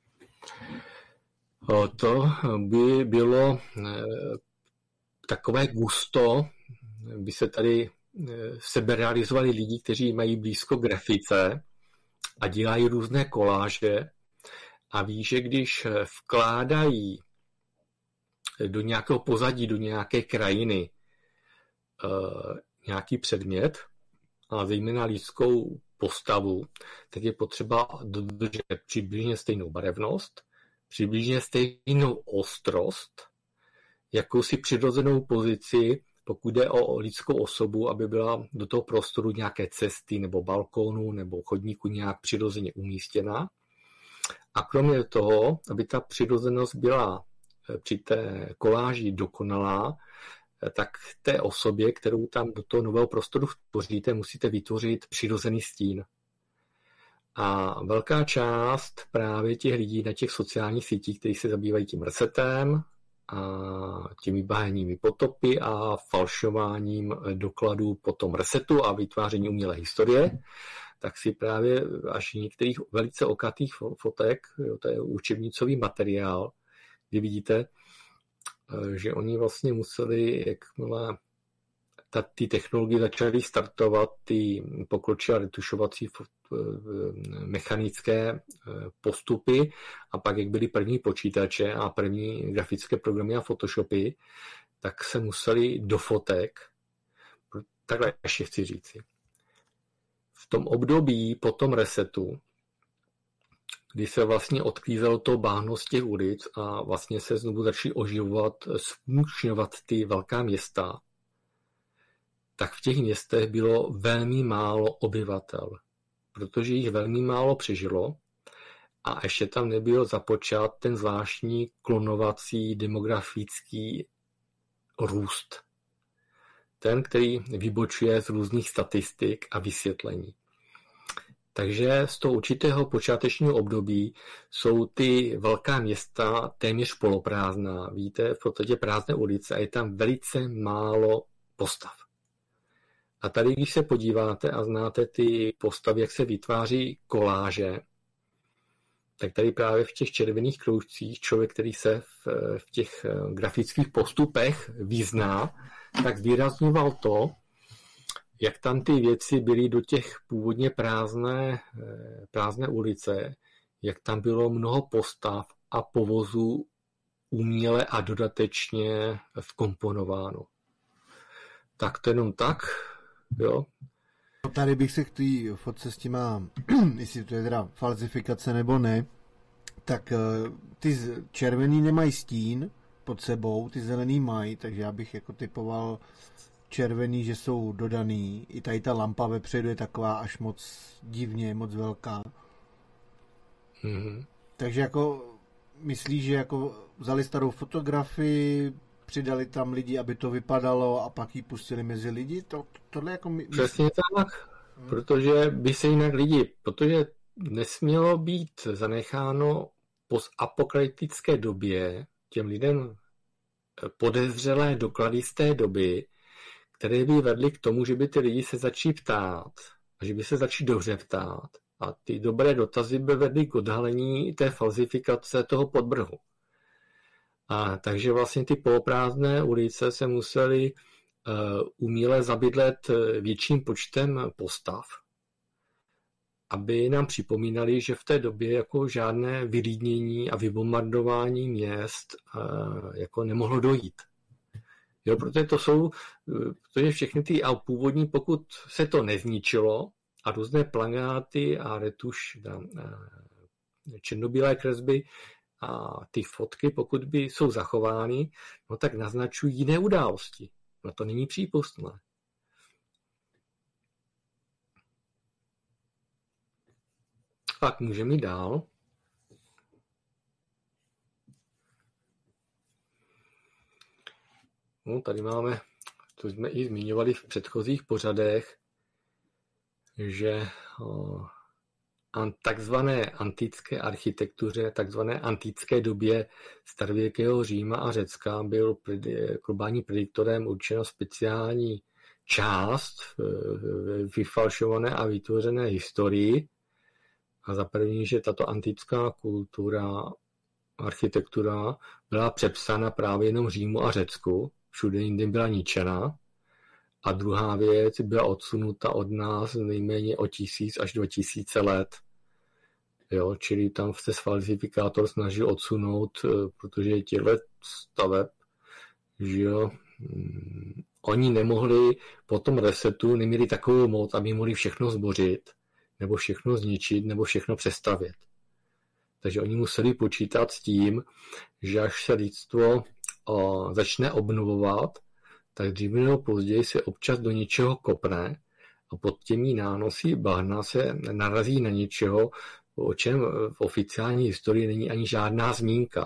To by bylo takové gusto, by se tady seberealizovali lidi, kteří mají blízko k grafice a dělají různé koláže a ví, že když vkládají do nějakého pozadí, do nějaké krajiny uh, nějaký předmět a zejména lidskou postavu, tak je potřeba dodržet přibližně stejnou barevnost, přibližně stejnou ostrost, jakousi přirozenou pozici, pokud jde o lidskou osobu, aby byla do toho prostoru nějaké cesty nebo balkónu nebo chodníku nějak přirozeně umístěna. A kromě toho, aby ta přirozenost byla při té koláži dokonalá, tak té osobě, kterou tam do toho nového prostoru tvoříte, musíte vytvořit přirozený stín. A velká část právě těch lidí na těch sociálních sítích, kteří se zabývají tím resetem a těmi bahenními potopy a falšováním dokladů po tom resetu a vytváření umělé historie, tak si právě až některých velice okatých fotek, jo, to je učebnicový materiál, kdy vidíte, že oni vlastně museli, jakmile ta, ty technologie začaly startovat, ty pokročilé retušovací mechanické postupy a pak, jak byly první počítače a první grafické programy a Photoshopy, tak se museli do fotek, takhle ještě chci říci, v tom období po tom resetu, kdy se vlastně odklízelo to báhno z těch ulic a vlastně se znovu začaly oživovat, zfunkčňovat ty velká města, tak v těch městech bylo velmi málo obyvatel, protože jich velmi málo přežilo a ještě tam nebyl započat ten zvláštní klonovací demografický růst. Ten, který vybočuje z různých statistik a vysvětlení. Takže z toho určitého počátečního období jsou ty velká města téměř poloprázdná. Víte, v podstatě prázdné ulice a je tam velice málo postav. A tady, když se podíváte a znáte ty postavy, jak se vytváří koláže, tak tady právě v těch červených kroužcích člověk, který se v, v těch grafických postupech vyzná, tak zvýrazňoval to, jak tam ty věci byly do těch původně prázdné, prázdné ulice, jak tam bylo mnoho postav a povozů uměle a dodatečně vkomponováno. Tak to jenom tak, jo. Tady bych se k té fotce s těma, jestli to je teda falzifikace nebo ne, tak ty červený nemají stín pod sebou, ty zelený mají, takže já bych jako typoval červený, že jsou dodaný. I tady ta lampa vepředu je taková až moc divně, moc velká. Mm-hmm. Takže jako myslíš, že jako vzali starou fotografii, přidali tam lidi, aby to vypadalo a pak ji pustili mezi lidi? To, tohle jako my... Přesně tak, hmm. Protože by se jinak lidi, protože nesmělo být zanecháno po apokalyptické době těm lidem podezřelé doklady z té doby, které by vedly k tomu, že by ty lidi se začali ptát a že by se začali dobře ptát. A ty dobré dotazy by vedly k odhalení té falzifikace toho podvrhu. A takže vlastně ty poloprázdné ulice se musely uh, uměle zabydlet větším počtem postav, aby nám připomínali, že v té době jako žádné vylidnění a vybombardování měst uh, jako nemohlo dojít. Jo, protože to jsou, protože všechny ty a původní, pokud se to nezničilo a různé plagáty a retuš, černobílé kresby a ty fotky, pokud by jsou zachovány, no tak naznačují jiné události. No to není přípustné. Tak můžeme jít dál. No, tady máme, to jsme i zmiňovali v předchozích pořadech, že o, an, takzvané antické architektuře, takzvané antické době starověkého Říma a Řecka byl globální prediktorem určeno speciální část vyfalšované a vytvořené historii. A za první, že tato antická kultura, architektura byla přepsána právě jenom Římu a Řecku, všude jinde byla ničena. A druhá věc byla odsunuta od nás nejméně o tisíc až dva tisíce let. Jo, čili tam se falsifikátor snažil odsunout, protože těchto staveb, že jo, oni nemohli po tom resetu, neměli takovou moc, aby mohli všechno zbořit, nebo všechno zničit, nebo všechno přestavět. Takže oni museli počítat s tím, že až se lidstvo o, začne obnovovat, tak dříve nebo později se občas do něčeho kopne a pod těmi nánosy bahna se narazí na něčeho, o čem v oficiální historii není ani žádná zmínka.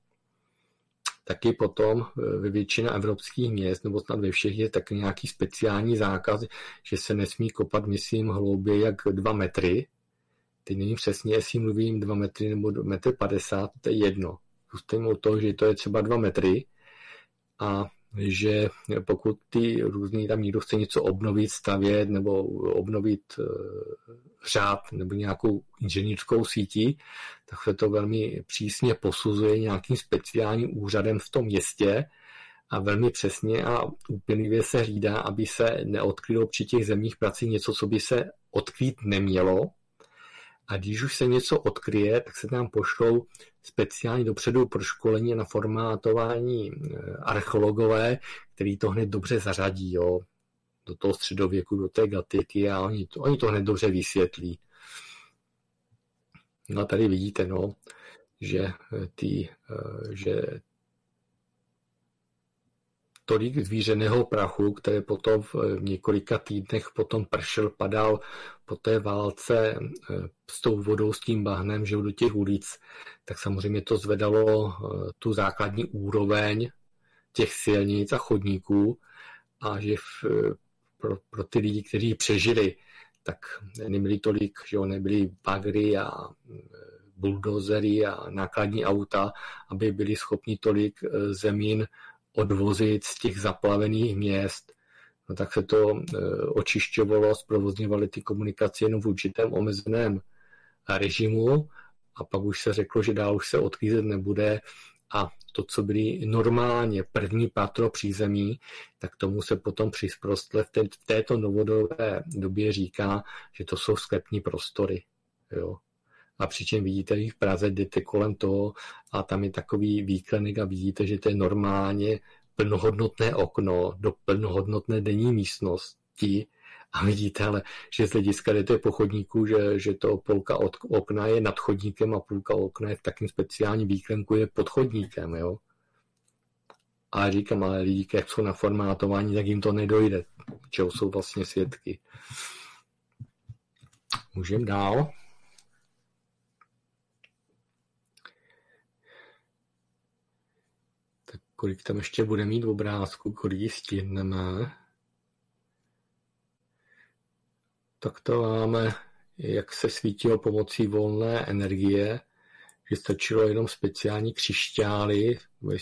Taky potom ve většině evropských měst, nebo snad ve všech, je taky nějaký speciální zákaz, že se nesmí kopat, myslím, hlouběji jak dva metry. Teď nevím přesně, jestli mluvím dva metry nebo metr padesát, to je jedno. Zůstaňme od toho, že to je třeba dva metry a že pokud ty různý, tam někdo chce něco obnovit, stavět nebo obnovit uh, řád nebo nějakou inženýrskou sítí, tak se to velmi přísně posuzuje nějakým speciálním úřadem v tom městě a velmi přesně a úplnivě se hlídá, aby se neodkrylo při těch zemních pracích něco, co by se odkrýt nemělo. A když už se něco odkryje, tak se tam pošlou speciálně dopředu pro školení na formátování archeologové, který to hned dobře zařadí. Jo. do toho středověku, do té gotiky a oni to, oni to hned dobře vysvětlí. No a tady vidíte, no, že, ty, že tolik zvířeného prachu, které potom v několika týdnech potom pršel, padal po té válce s tou vodou, s tím bahnem, že do těch ulic, tak samozřejmě to zvedalo tu základní úroveň těch silnic a chodníků a že v, pro, pro ty lidi, kteří přežili, tak nebyli tolik, že jo, nebyli bagry a buldozery a nákladní auta, aby byli schopni tolik zemín odvozit z těch zaplavených měst. No tak se to e, očišťovalo, zprovozňovaly ty komunikace jenom v určitém omezeném režimu a pak už se řeklo, že dál už se odklízet nebude a to, co byly normálně první patro přízemí, tak tomu se potom přisprostle v, té, v této novodobé době říká, že to jsou sklepní prostory. Jo. A přičem vidíte v Praze, jdete kolem toho a tam je takový výklenek a vidíte, že to je normálně plnohodnotné okno do plnohodnotné denní místnosti a vidíte, ale že z hlediska jdete po chodníku, že, že to půlka od okna je nad chodníkem a půlka okna je v takým speciálním výklenku je pod chodníkem, jo. A říkám, ale lidi, jak jsou na formátování, tak jim to nedojde, čeho jsou vlastně svědky. Můžeme dál. Kolik tam ještě bude mít v obrázku, kolik ji stihneme. Tak to máme, jak se svítilo pomocí volné energie, že stačilo jenom speciální křišťály.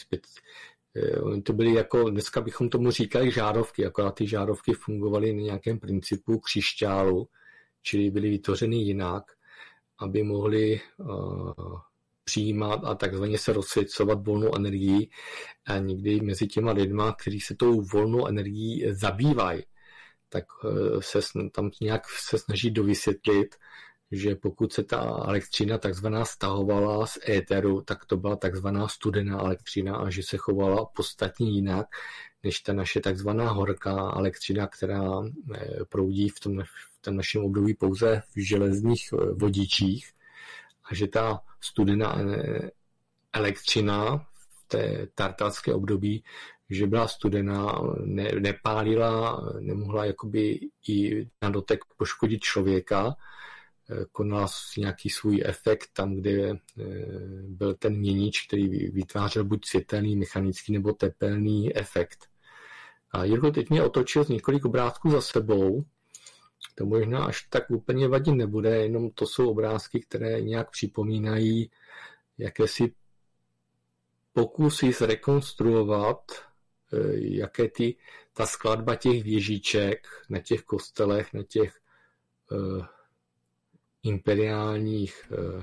To byly jako, dneska bychom tomu říkali žárovky, akorát ty žárovky fungovaly na nějakém principu křišťálu, čili byly vytvořeny jinak, aby mohly uh, přijímat a takzvaně se rozsvěcovat volnou energii a někdy mezi těma lidma, kteří se tou volnou energií zabývají, tak se tam nějak se snaží dovysvětlit, že pokud se ta elektřina takzvaná stahovala z éteru, tak to byla takzvaná studená elektřina a že se chovala podstatně jinak než ta naše takzvaná horká elektřina, která proudí v tom, v tom našem období pouze v železných vodičích. A že ta studená elektřina v té tartárské období, že byla studená, ne, nepálila, nemohla jakoby i na dotek poškodit člověka, konala nějaký svůj efekt tam, kde byl ten měnič, který vytvářel buď světelný, mechanický nebo tepelný efekt. A Jirko teď mě otočil z několik obrázků za sebou. To možná až tak úplně vadit nebude, jenom to jsou obrázky, které nějak připomínají jakési pokusy zrekonstruovat, jaké ty, ta skladba těch věžiček na těch kostelech, na těch uh, imperiálních uh,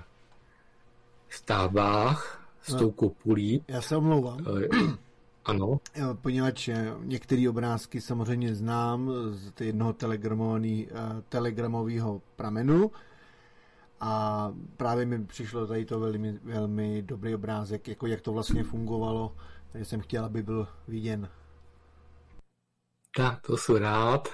stavbách s no, tou kopulí. Já se omlouvám. Uh, Ano. Poněvadž některé obrázky samozřejmě znám z jednoho telegramového pramenu a právě mi přišlo tady to velmi, velmi dobrý obrázek, jako jak to vlastně fungovalo, takže jsem chtěl, aby byl viděn. Tak, to jsem rád.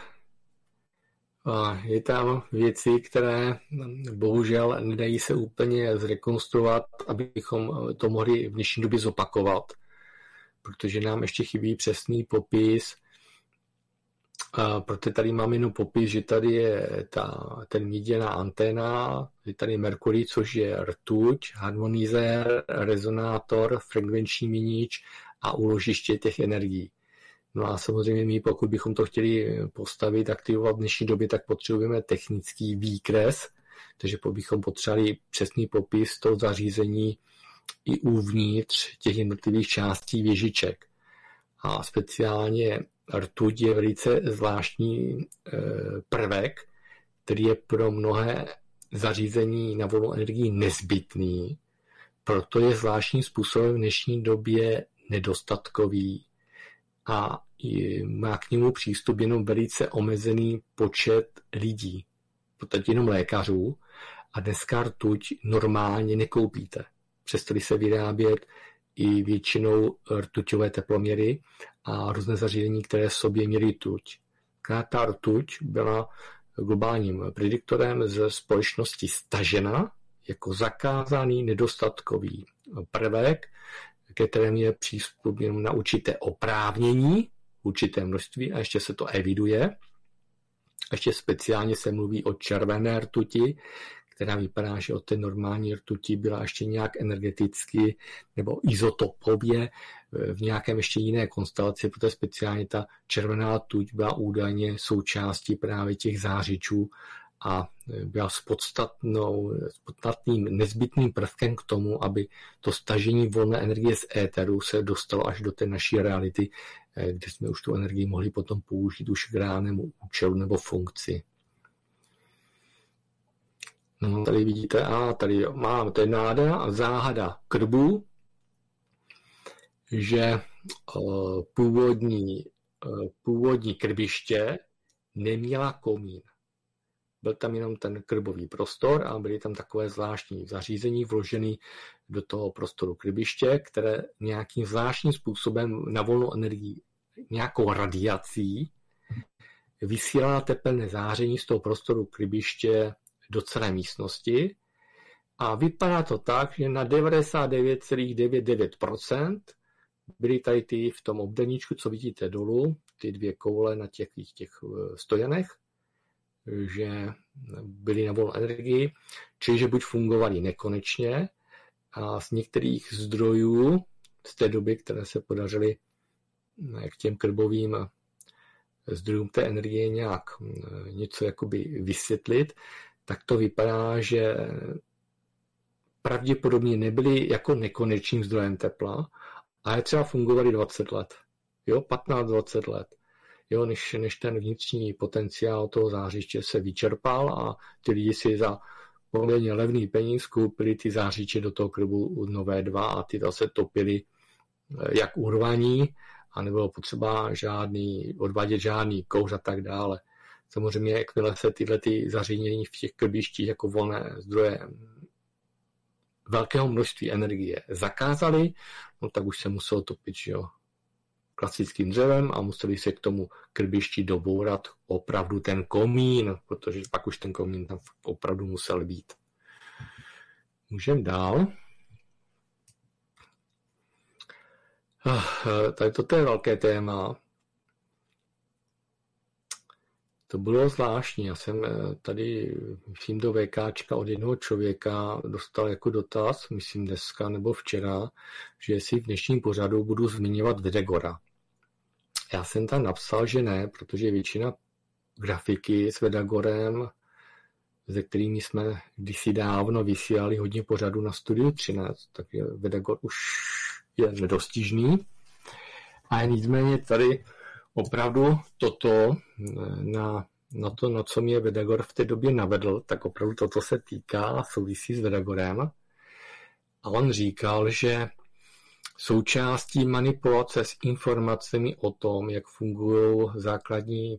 Je tam věci, které bohužel nedají se úplně zrekonstruovat, abychom to mohli v dnešní době zopakovat, protože nám ještě chybí přesný popis. A proto tady máme jenom popis, že tady je ta, ten měděná anténa, je tady Merkury, což je rtuť, harmonizér, rezonátor, frekvenční měnič a úložiště těch energií. No a samozřejmě my, pokud bychom to chtěli postavit, aktivovat v dnešní době, tak potřebujeme technický výkres, takže bychom potřebovali přesný popis toho zařízení i uvnitř těch jednotlivých částí věžiček. A speciálně rtuť je velice zvláštní prvek, který je pro mnohé zařízení na volnou energii nezbytný, proto je zvláštním způsobem v dnešní době nedostatkový a má k němu přístup jenom velice omezený počet lidí, v podstatě jenom lékařů, a dneska rtuť normálně nekoupíte. Přestali se vyrábět i většinou rtuťové teploměry a různé zařízení, které v sobě měly rtuť. ta rtuť byla globálním prediktorem ze společnosti stažena jako zakázaný nedostatkový prvek, ke kterém je přístup jenom na určité oprávnění, určité množství a ještě se to eviduje. Ještě speciálně se mluví o červené rtuti, která vypadá, že od té normální rtuti byla ještě nějak energeticky nebo izotopově v nějakém ještě jiné konstelaci, protože speciálně ta červená rtuť byla údajně součástí právě těch zářičů a byla s podstatnou, s podstatným nezbytným prvkem k tomu, aby to stažení volné energie z éteru se dostalo až do té naší reality, kde jsme už tu energii mohli potom použít už k reálnému účelu nebo funkci. No, tady vidíte, a tady mám, to je náda a záhada krbu, že uh, původní, uh, původní krbiště neměla komín. Byl tam jenom ten krbový prostor a byly tam takové zvláštní zařízení vložené do toho prostoru krbiště, které nějakým zvláštním způsobem na volnou energii, nějakou radiací vysílá tepelné záření z toho prostoru krbiště do celé místnosti a vypadá to tak, že na devadesát devět celá devadesát devět procent byly tady ty v tom obdelníčku, co vidíte dolů, ty dvě koule na těch, těch stojanech, že byly na volnou energii, čiže buď fungovaly nekonečně a z některých zdrojů z té doby, které se podařily k těm krbovým zdrojům té energie nějak něco jakoby vysvětlit, tak to vypadá, že pravděpodobně nebyly jako nekonečným zdrojem tepla, ale třeba fungovaly dvacet let, jo, patnáct dvacet let. Jo, než, než ten vnitřní potenciál toho zářiště se vyčerpal a ty lidi si za poměrně levný peníz koupili ty zářiče do toho krbu nové dva a ty zase topili jak urvaní a nebylo potřeba žádný, odvádět žádný kouř a tak dále. Samozřejmě, jakmile se tyhle ty zařízení v těch krbištích jako volné zdroje velkého množství energie zakázaly, no tak už se muselo topit, že jo, klasickým dřevem a museli se k tomu krbišti dobourat opravdu ten komín, protože pak už ten komín tam opravdu musel být. Můžeme dál. Tady toto je velké téma. To bylo zvláštní. Já jsem tady, myslím, do VKčka od jednoho člověka dostal jako dotaz, myslím dneska nebo včera, že si v dnešním pořadu budu zmiňovat Vedagora. Já jsem tam napsal, že ne, protože většina grafiky s Vedagorem, se kterými jsme kdysi dávno vysílali hodně pořadu na Studiu třináct, takže Vedagor už je nedostižný. A nicméně tady opravdu toto, na, na to, na co mě Vedagor v té době navedl, tak opravdu toto se týká a souvisí s Vedagorem. A on říkal, že součástí manipulace s informacemi o tom, jak fungují základní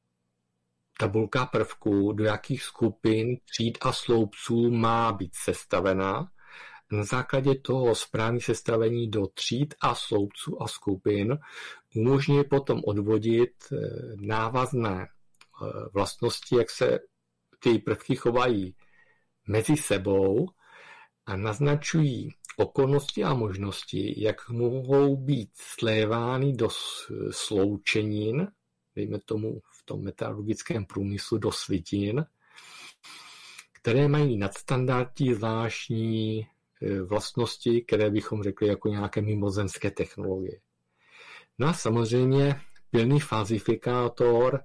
tabulka prvků, do jakých skupin, tříd a sloupců má být sestavena. Na základě toho správné sestavení do tříd a sloupců a skupin umožňuje potom odvodit návazné vlastnosti, jak se ty prvky chovají mezi sebou a naznačují okolnosti a možnosti, jak mohou být slévány do sloučenin, dejme tomu v tom metalurgickém průmyslu do slitin, které mají nadstandardní zvláštní vlastnosti, které bychom řekli jako nějaké mimozemské technologie. No a samozřejmě pilný falzifikátor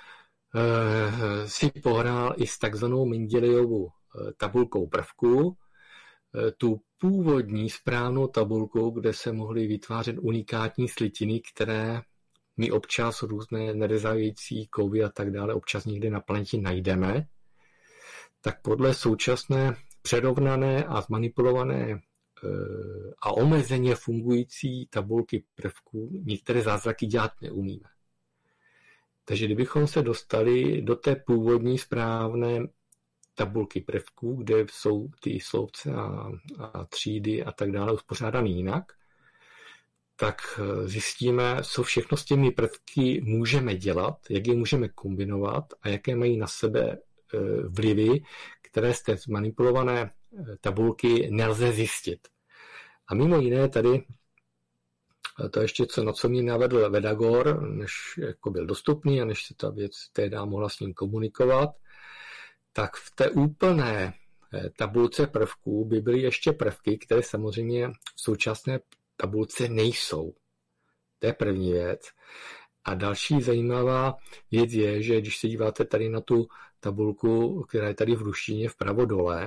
eh, si pohrál i s takzvanou Mendelejovou tabulkou prvků, tu původní správnou tabulku, kde se mohly vytvářet unikátní slitiny, které my občas různé nerezavějící kovy a tak dále občas někde na planetě najdeme, tak podle současné přerovnané a zmanipulované a omezeně fungující tabulky prvků některé zázraky dělat neumíme. Takže kdybychom se dostali do té původní správné tabulky prvků, kde jsou ty sloupce a, a třídy a tak dále uspořádané jinak, tak zjistíme, co všechno s těmi prvky můžeme dělat, jak je můžeme kombinovat a jaké mají na sebe vlivy, které z té zmanipulované tabulky nelze zjistit. A mimo jiné tady, to ještě co, na co mě navedl Vedagor, než jako byl dostupný a než se ta věc tehdy mohla s ním komunikovat, tak v té úplné tabulce prvků by byly ještě prvky, které samozřejmě v současné tabulce nejsou. To je první věc. A další zajímavá věc je, že když se díváte tady na tu tabulku, která je tady v ruštině vpravo dole,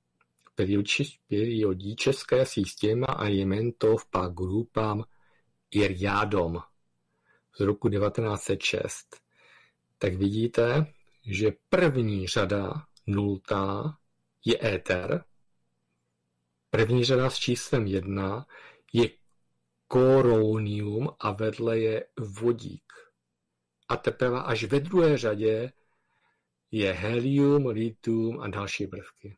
periodické sistema alimentov pa grupám Iriadom z roku devatenáct set šest, tak vidíte, že první řada nultá je éter, první řada s číslem jedna je koronium a vedle je vodík. A teprve až ve druhé řadě je helium, lithium a další prvky.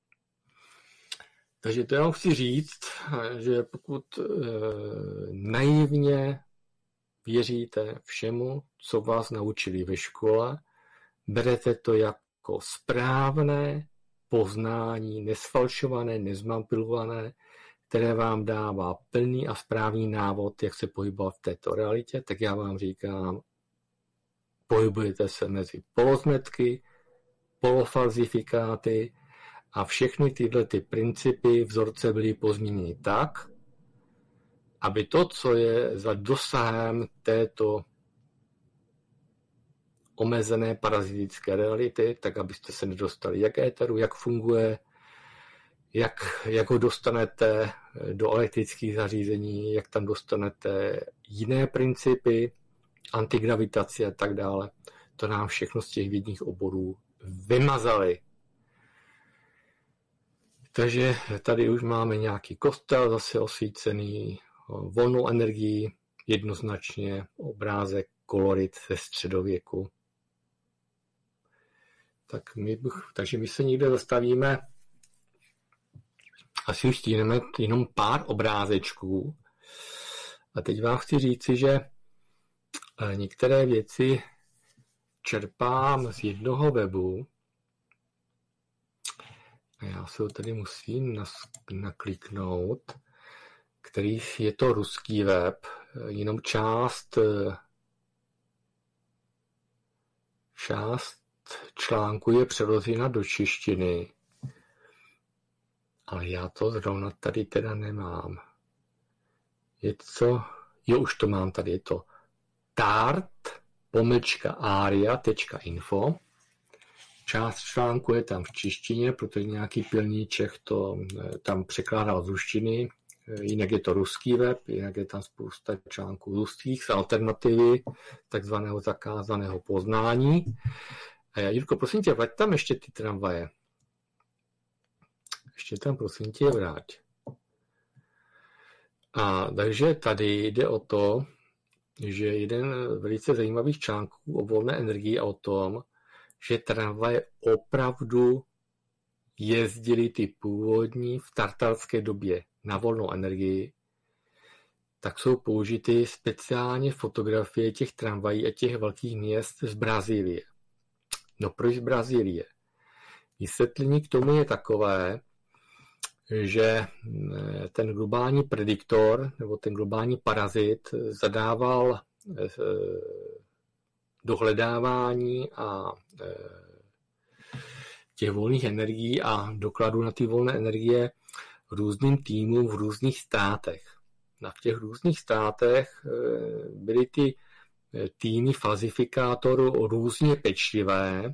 Takže to já vám chci říct, že pokud e, naivně věříte všemu, co vás naučili ve škole, berete to jako správné poznání, nesfalšované, nezmanipulované, které vám dává plný a správný návod, jak se pohybovat v této realitě, tak já vám říkám, pohybujete se mezi polozmetky, polofalzifikáty a všechny tyhle ty principy vzorce byly pozměněny tak, aby to, co je za dosahem této omezené parazitické reality, tak abyste se nedostali jak éteru, jak funguje, jak, jak ho dostanete do elektrických zařízení, jak tam dostanete jiné principy, antigravitaci a tak dále. To nám všechno z těch vědních oborů vymazali. Takže tady už máme nějaký kostel, zase osvícený volnou energií, jednoznačně obrázek, kolorit ze středověku. Tak my, takže my se někde zastavíme, asi už stihneme jenom pár obrázečků. A teď vám chci říci, že některé věci čerpám z jednoho webu. A já se ho tady musím nakliknout, který je to ruský web, jenom část, část článku je přeložena do češtiny, ale já to zrovna tady teda nemám. Je to, jo, už to mám tady, je to tart pomlčka aria tečka info. Část článku je tam v češtině, protože nějaký pilníček to tam překládal z ruštiny, jinak je to ruský web, jinak je tam spousta článků ruských z alternativy, takzvaného zakázaného poznání. A já, Jirko, prosím tě, vrať tam ještě ty tramvaje. Ještě tam, prosím tě, vrať. A takže tady jde o to, že jeden velice zajímavých článků o volné energii a o tom, že tramvaje opravdu jezdily ty původní v tartarské době na volnou energii, tak jsou použity speciálně fotografie těch tramvají a těch velkých měst z Brazílie. No proč z Brazílie? Vysvětlení k tomu je takové, že ten globální prediktor nebo ten globální parazit zadával dohledávání a těch volných energií a dokladů na ty volné energie různým týmům v různých státech. A v těch různých státech byly ty týmy falzifikátorů různě pečlivé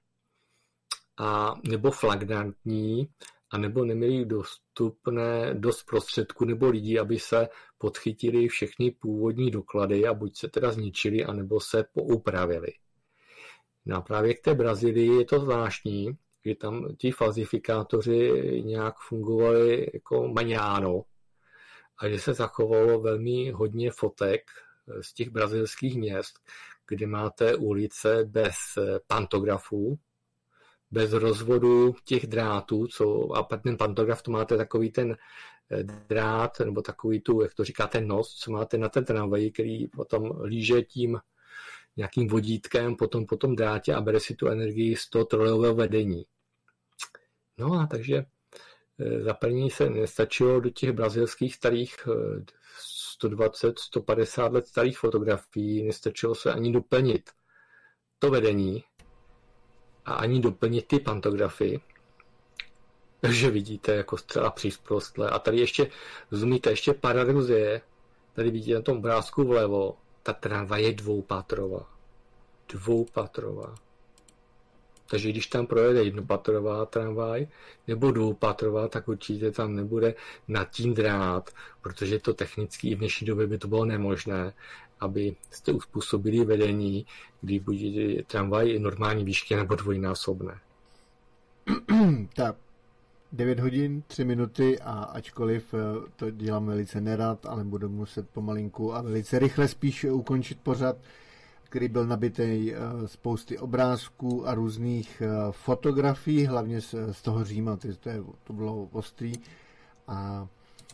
a nebo flagrantní, a nebo neměli dostupné dost prostředků nebo lidí, aby se podchytili všechny původní doklady a buď se teda zničili, anebo se poupravili. No a právě k té Brazílii je to zvláštní, že tam ti falzifikátoři nějak fungovali jako maňáno a že se zachovalo velmi hodně fotek z těch brazilských měst, kde máte ulice bez pantografů, bez rozvodu těch drátů, co, a ten pantograf to máte takový ten drát, nebo takový tu, jak to říká, ten nos, co máte na ten tramvaji, který potom líže tím nějakým vodítkem potom po tom drátě a bere si tu energii z toho trolejového vedení. No a takže za první se nestačilo do těch brazilských starých sto dvacet sto padesát let starých fotografií, nestačilo se ani doplnit to vedení a ani doplnit ty pantografy. Takže vidíte jako zcela přísprostlé. A tady ještě, rozumíte, ještě paradox je, tady vidíte na tom obrázku vlevo, ta tramvaj je dvoupatrová. Dvoupatrová. Takže když tam projede jednopatrová tramvaj nebo dvoupatrová, tak určitě tam nebude nad tím drát, protože to technicky i v dnešní době by to bylo nemožné, aby jste uspůsobili vedení, kdy bude tramvaj normální výšky nebo dvojnásobné. Tak, devět hodin, tři minuty a ačkoliv to dělám velice nerad, ale budu muset pomalinku a velice rychle spíš ukončit pořad, který byl nabitý spousty obrázků a různých fotografií, hlavně z, z toho Říma, to, je, to bylo ostrý. A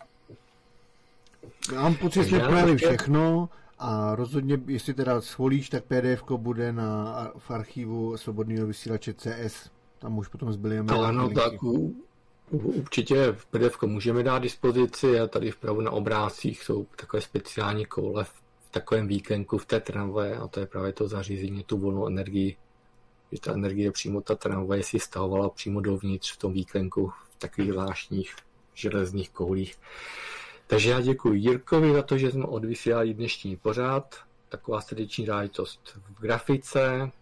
mám pocit, že jsme projeli všechno a rozhodně, jestli teda schvolíš, tak P D F ko bude na, v archivu Svobodného vysílače C S. Tam už potom zbyly jenom ano, tak určitě v P D F ko můžeme dát dispozici a tady vpravo na obrázcích jsou takové speciální koule v takovém výklenku v té tramvaje a to je právě to zařízení, tu volnou energii, že ta energie přímo ta tramvaje si stahovala přímo dovnitř v tom výklenku v takových zvláštních železných koulích. Takže já děkuji Jirkovi za to, že jsme odvysílali dnešní pořad, taková srdeční záležitost v grafice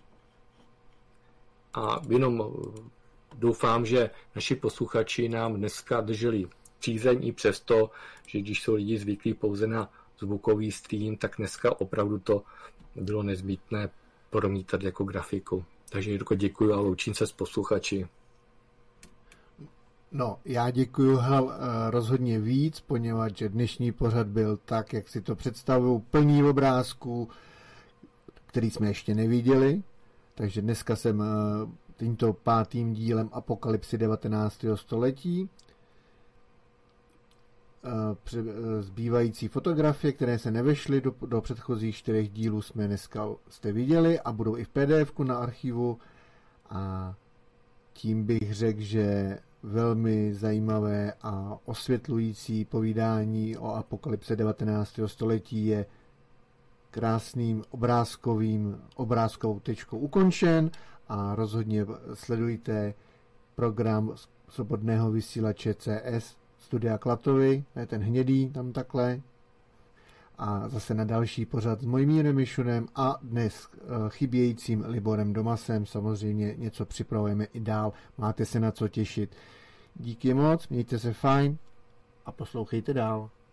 a jenom doufám, že naši posluchači nám dneska drželi přízeň i přesto, že když jsou lidi zvyklí pouze na zvukový stream, tak dneska opravdu to bylo nezbytné promítat jako grafiku. Takže Jirko, děkuji a loučím se s posluchači. No, já děkuji rozhodně víc, poněvadž dnešní pořad byl tak, jak si to představují, plný obrázků, který jsme ještě neviděli. Takže dneska jsem tímto pátým dílem Apokalypsy devatenáctého století. Zbývající fotografie, které se nevešly do, do předchozích čtyřech dílů, jsme dneska jste viděli a budou i v P D F ku na archivu a tím bych řekl, že velmi zajímavé a osvětlující povídání o apokalypse devatenáctého století je krásným obrázkovým obrázkovou tečkou ukončen a rozhodně sledujte program Svobodného vysílače C S Studia Klatovy, to je ten hnědý tam takhle a zase na další pořad s Mojmírem Mišunem a dnes chybějícím Liborem Domasem. Samozřejmě něco připravujeme i dál, máte se na co těšit. Díky moc, mějte se fajn a poslouchejte dál.